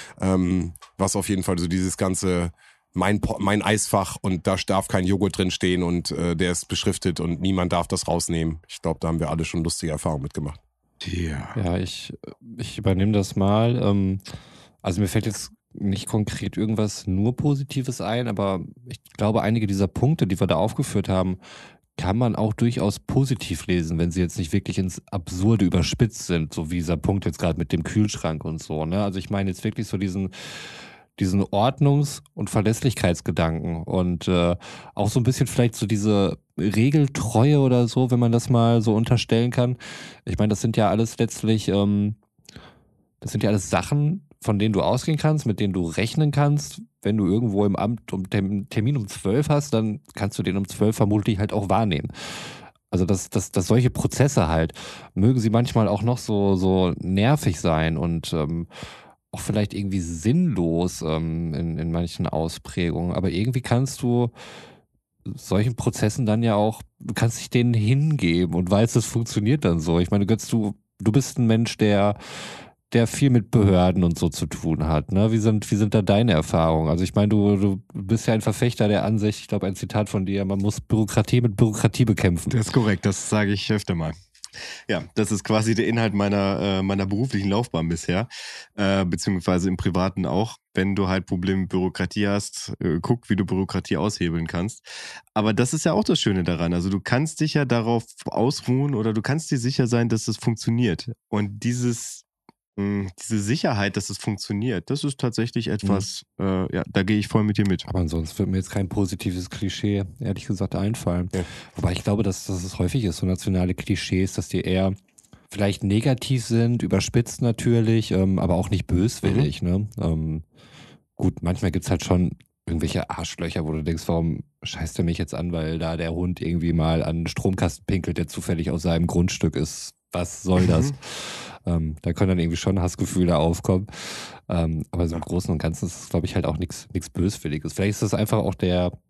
was auf jeden Fall so dieses ganze mein Eisfach und da darf kein Joghurt drin stehen und der ist beschriftet und niemand darf das rausnehmen. Ich glaube, da haben wir alle schon lustige Erfahrungen mitgemacht. Ja, ich übernehme das mal. Also mir fällt jetzt nicht konkret irgendwas nur Positives ein, aber ich glaube, einige dieser Punkte, die wir da aufgeführt haben, kann man auch durchaus positiv lesen, wenn sie jetzt nicht wirklich ins Absurde überspitzt sind, so wie dieser Punkt jetzt gerade mit dem Kühlschrank und so. Ne? Also ich meine jetzt wirklich so diesen Ordnungs- und Verlässlichkeitsgedanken und auch so ein bisschen vielleicht so diese Regeltreue oder so, wenn man das mal so unterstellen kann. Ich meine, das sind ja alles letztlich, das sind ja alles Sachen, von denen du ausgehen kannst, mit denen du rechnen kannst. Wenn du irgendwo im Amt Termin um 12 hast, dann kannst du den um 12 vermutlich halt auch wahrnehmen. Also dass solche Prozesse halt, mögen sie manchmal auch noch so nervig sein und auch vielleicht irgendwie sinnlos in manchen Ausprägungen. Aber irgendwie kannst du solchen Prozessen dann ja auch, du kannst dich denen hingeben und weißt, es funktioniert dann so. Ich meine, Götz, du bist ein Mensch, der viel mit Behörden und so zu tun hat. Ne? Wie sind da deine Erfahrungen? Also ich meine, du bist ja ein Verfechter der Ansicht, ich glaube ein Zitat von dir, man muss Bürokratie mit Bürokratie bekämpfen. Das ist korrekt, das sage ich öfter mal. Ja, das ist quasi der Inhalt meiner beruflichen Laufbahn bisher, beziehungsweise im Privaten auch. Wenn du halt Probleme mit Bürokratie hast, guck, wie du Bürokratie aushebeln kannst. Aber das ist ja auch das Schöne daran. Also du kannst dich ja darauf ausruhen oder du kannst dir sicher sein, dass es funktioniert. Und diese Sicherheit, dass es funktioniert, das ist tatsächlich etwas, ja, da gehe ich voll mit dir mit. Aber ansonsten wird mir jetzt kein positives Klischee, ehrlich gesagt, einfallen. Ja. Wobei ich glaube, dass es häufig ist, so nationale Klischees, dass die eher vielleicht negativ sind, überspitzt natürlich, aber auch nicht böswillig. Ne? Gut, manchmal gibt's halt schon irgendwelche Arschlöcher, wo du denkst, warum scheißt er mich jetzt an, weil da der Hund irgendwie mal an einen Stromkasten pinkelt, der zufällig aus seinem Grundstück ist. Was soll das? Da können dann irgendwie schon Hassgefühle aufkommen. Aber so im Großen und Ganzen ist es, glaube ich, halt auch nichts Böswilliges. Vielleicht ist das einfach auch der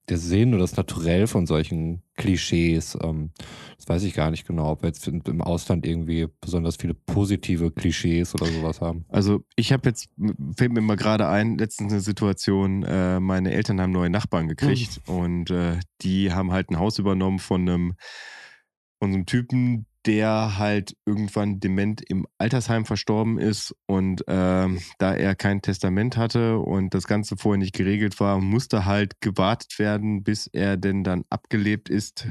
Sinn oder das Naturell von solchen Klischees, das weiß ich gar nicht genau, ob wir jetzt im Ausland irgendwie besonders viele positive Klischees oder sowas haben. Also ich habe jetzt, fällt mir mal gerade ein, letztens eine Situation, meine Eltern haben neue Nachbarn gekriegt und die haben halt ein Haus übernommen von so einem Typen, der halt irgendwann dement im Altersheim verstorben ist und da er kein Testament hatte und das Ganze vorher nicht geregelt war, musste halt gewartet werden, bis er denn dann abgelebt ist.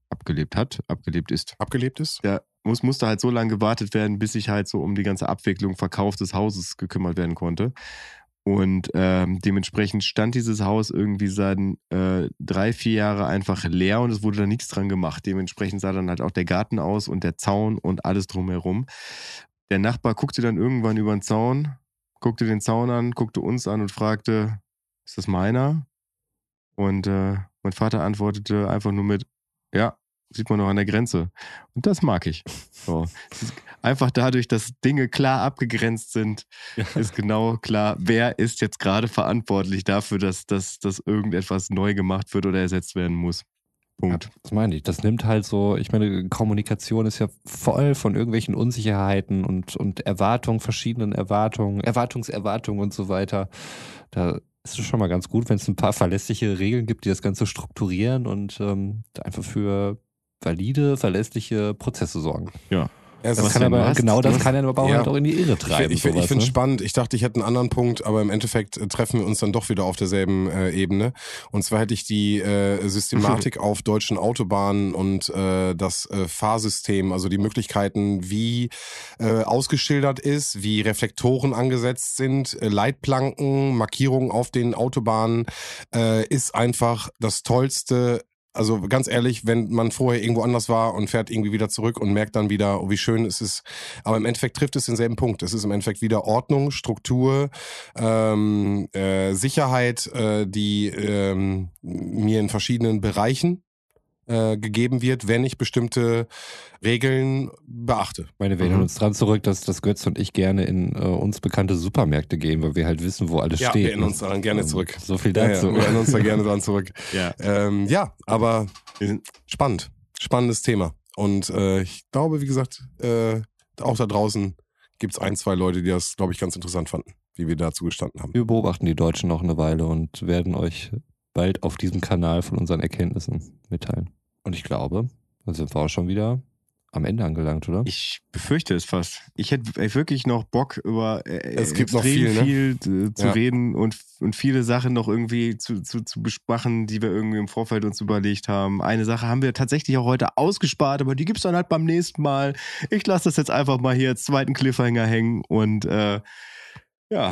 Der musste halt so lange gewartet werden, bis sich halt so um die ganze Abwicklung, Verkauf des Hauses gekümmert werden konnte. Und dementsprechend stand dieses Haus irgendwie seit 3-4 Jahre einfach leer und es wurde da nichts dran gemacht. Dementsprechend sah dann halt auch der Garten aus und der Zaun und alles drumherum. Der Nachbar guckte dann irgendwann über den Zaun, guckte den Zaun an, guckte uns an und fragte, ist das meiner? Und mein Vater antwortete einfach nur mit, ja, sieht man noch an der Grenze. Und das mag ich. So. Einfach dadurch, dass Dinge klar abgegrenzt sind, ist genau klar, wer ist jetzt gerade verantwortlich dafür, dass irgendetwas neu gemacht wird oder ersetzt werden muss. Punkt. Ja, das meine ich. Das nimmt halt so, ich meine, Kommunikation ist ja voll von irgendwelchen Unsicherheiten und Erwartungen, verschiedenen Erwartungen, Erwartungserwartungen und so weiter. Da ist es schon mal ganz gut, wenn es ein paar verlässliche Regeln gibt, die das Ganze strukturieren und einfach für valide, verlässliche Prozesse sorgen. Ja. Das kann aber halt auch in die Irre treiben. Ich finde es spannend. Ich dachte, ich hätte einen anderen Punkt, aber im Endeffekt treffen wir uns dann doch wieder auf derselben Ebene. Und zwar hätte ich die Systematik auf deutschen Autobahnen und das Fahrsystem, also die Möglichkeiten, wie ausgeschildert ist, wie Reflektoren angesetzt sind, Leitplanken, Markierungen auf den Autobahnen, ist einfach das Tollste. Also ganz ehrlich, wenn man vorher irgendwo anders war und fährt irgendwie wieder zurück und merkt dann wieder, oh, wie schön es ist. Aber im Endeffekt trifft es denselben Punkt. Es ist im Endeffekt wieder Ordnung, Struktur, Sicherheit, die mir in verschiedenen Bereichen gegeben wird, wenn ich bestimmte Regeln beachte. Ich meine, wir erinnern uns dran zurück, dass Götz und ich gerne in uns bekannte Supermärkte gehen, weil wir halt wissen, wo alles steht. Ja, wir erinnern uns daran gerne zurück. So viel dazu. Ja, wir erinnern uns da gerne dran zurück. Ja. Aber spannend. Spannendes Thema. Und ich glaube, wie gesagt, auch da draußen gibt es 1, 2 Leute, die das, glaube ich, ganz interessant fanden, wie wir dazu gestanden haben. Wir beobachten die Deutschen noch eine Weile und werden euch bald auf diesem Kanal von unseren Erkenntnissen mitteilen. Und ich glaube, dann sind wir auch schon wieder am Ende angelangt, oder? Ich befürchte es fast. Ich hätte wirklich noch Bock, über es gibt extrem noch viel zu reden und viele Sachen noch irgendwie zu besprechen, die wir irgendwie im Vorfeld uns überlegt haben. Eine Sache haben wir tatsächlich auch heute ausgespart, aber die gibt es dann halt beim nächsten Mal. Ich lasse das jetzt einfach mal hier als zweiten Cliffhanger hängen und ja.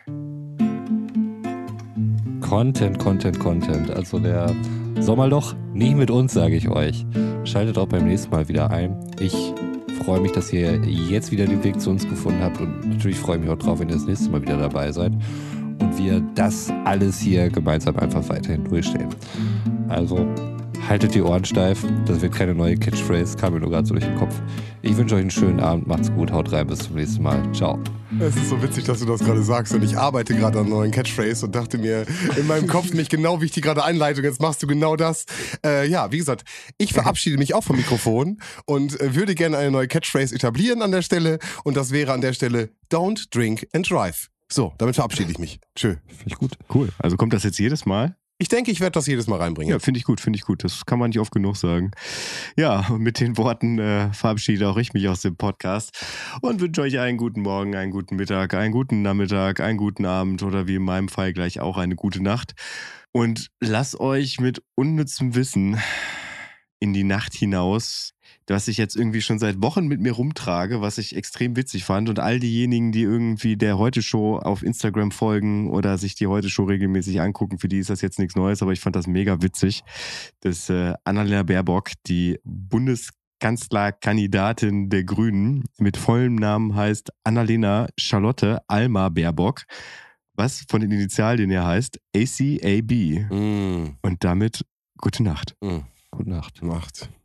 Content. Also der Sommerloch nicht mit uns, sage ich euch. Schaltet auch beim nächsten Mal wieder ein. Ich freue mich, dass ihr jetzt wieder den Weg zu uns gefunden habt und natürlich freue ich mich auch drauf, wenn ihr das nächste Mal wieder dabei seid und wir das alles hier gemeinsam einfach weiterhin durchstehen. Also haltet die Ohren steif, das wird keine neue Catchphrase, kam mir nur gerade so durch den Kopf. Ich wünsche euch einen schönen Abend, macht's gut, haut rein, bis zum nächsten Mal. Ciao. Es ist so witzig, dass du das gerade sagst und ich arbeite gerade an einer neuen Catchphrase und dachte mir in meinem Kopf nicht genau, wie ich die gerade einleite und jetzt machst du genau das. Ja, wie gesagt, ich verabschiede mich auch vom Mikrofon und würde gerne eine neue Catchphrase etablieren an der Stelle und das wäre an der Stelle Don't Drink and Drive. So, damit verabschiede ich mich. Tschö. Finde ich gut. Cool. Also kommt das jetzt jedes Mal? Ich denke, ich werde das jedes Mal reinbringen. Ja, finde ich gut. Das kann man nicht oft genug sagen. Ja, und mit den Worten verabschiede auch ich mich aus dem Podcast und wünsche euch einen guten Morgen, einen guten Mittag, einen guten Nachmittag, einen guten Abend oder wie in meinem Fall gleich auch eine gute Nacht. Und lasst euch mit unnützem Wissen in die Nacht hinaus, was ich jetzt irgendwie schon seit Wochen mit mir rumtrage, was ich extrem witzig fand. Und all diejenigen, die irgendwie der Heute-Show auf Instagram folgen oder sich die Heute-Show regelmäßig angucken, für die ist das jetzt nichts Neues, aber ich fand das mega witzig, dass Annalena Baerbock, die Bundeskanzlerkandidatin der Grünen, mit vollem Namen heißt Annalena Charlotte Alma Baerbock, was von den Initialien her heißt ACAB. Und damit gute Nacht. Gute Nacht.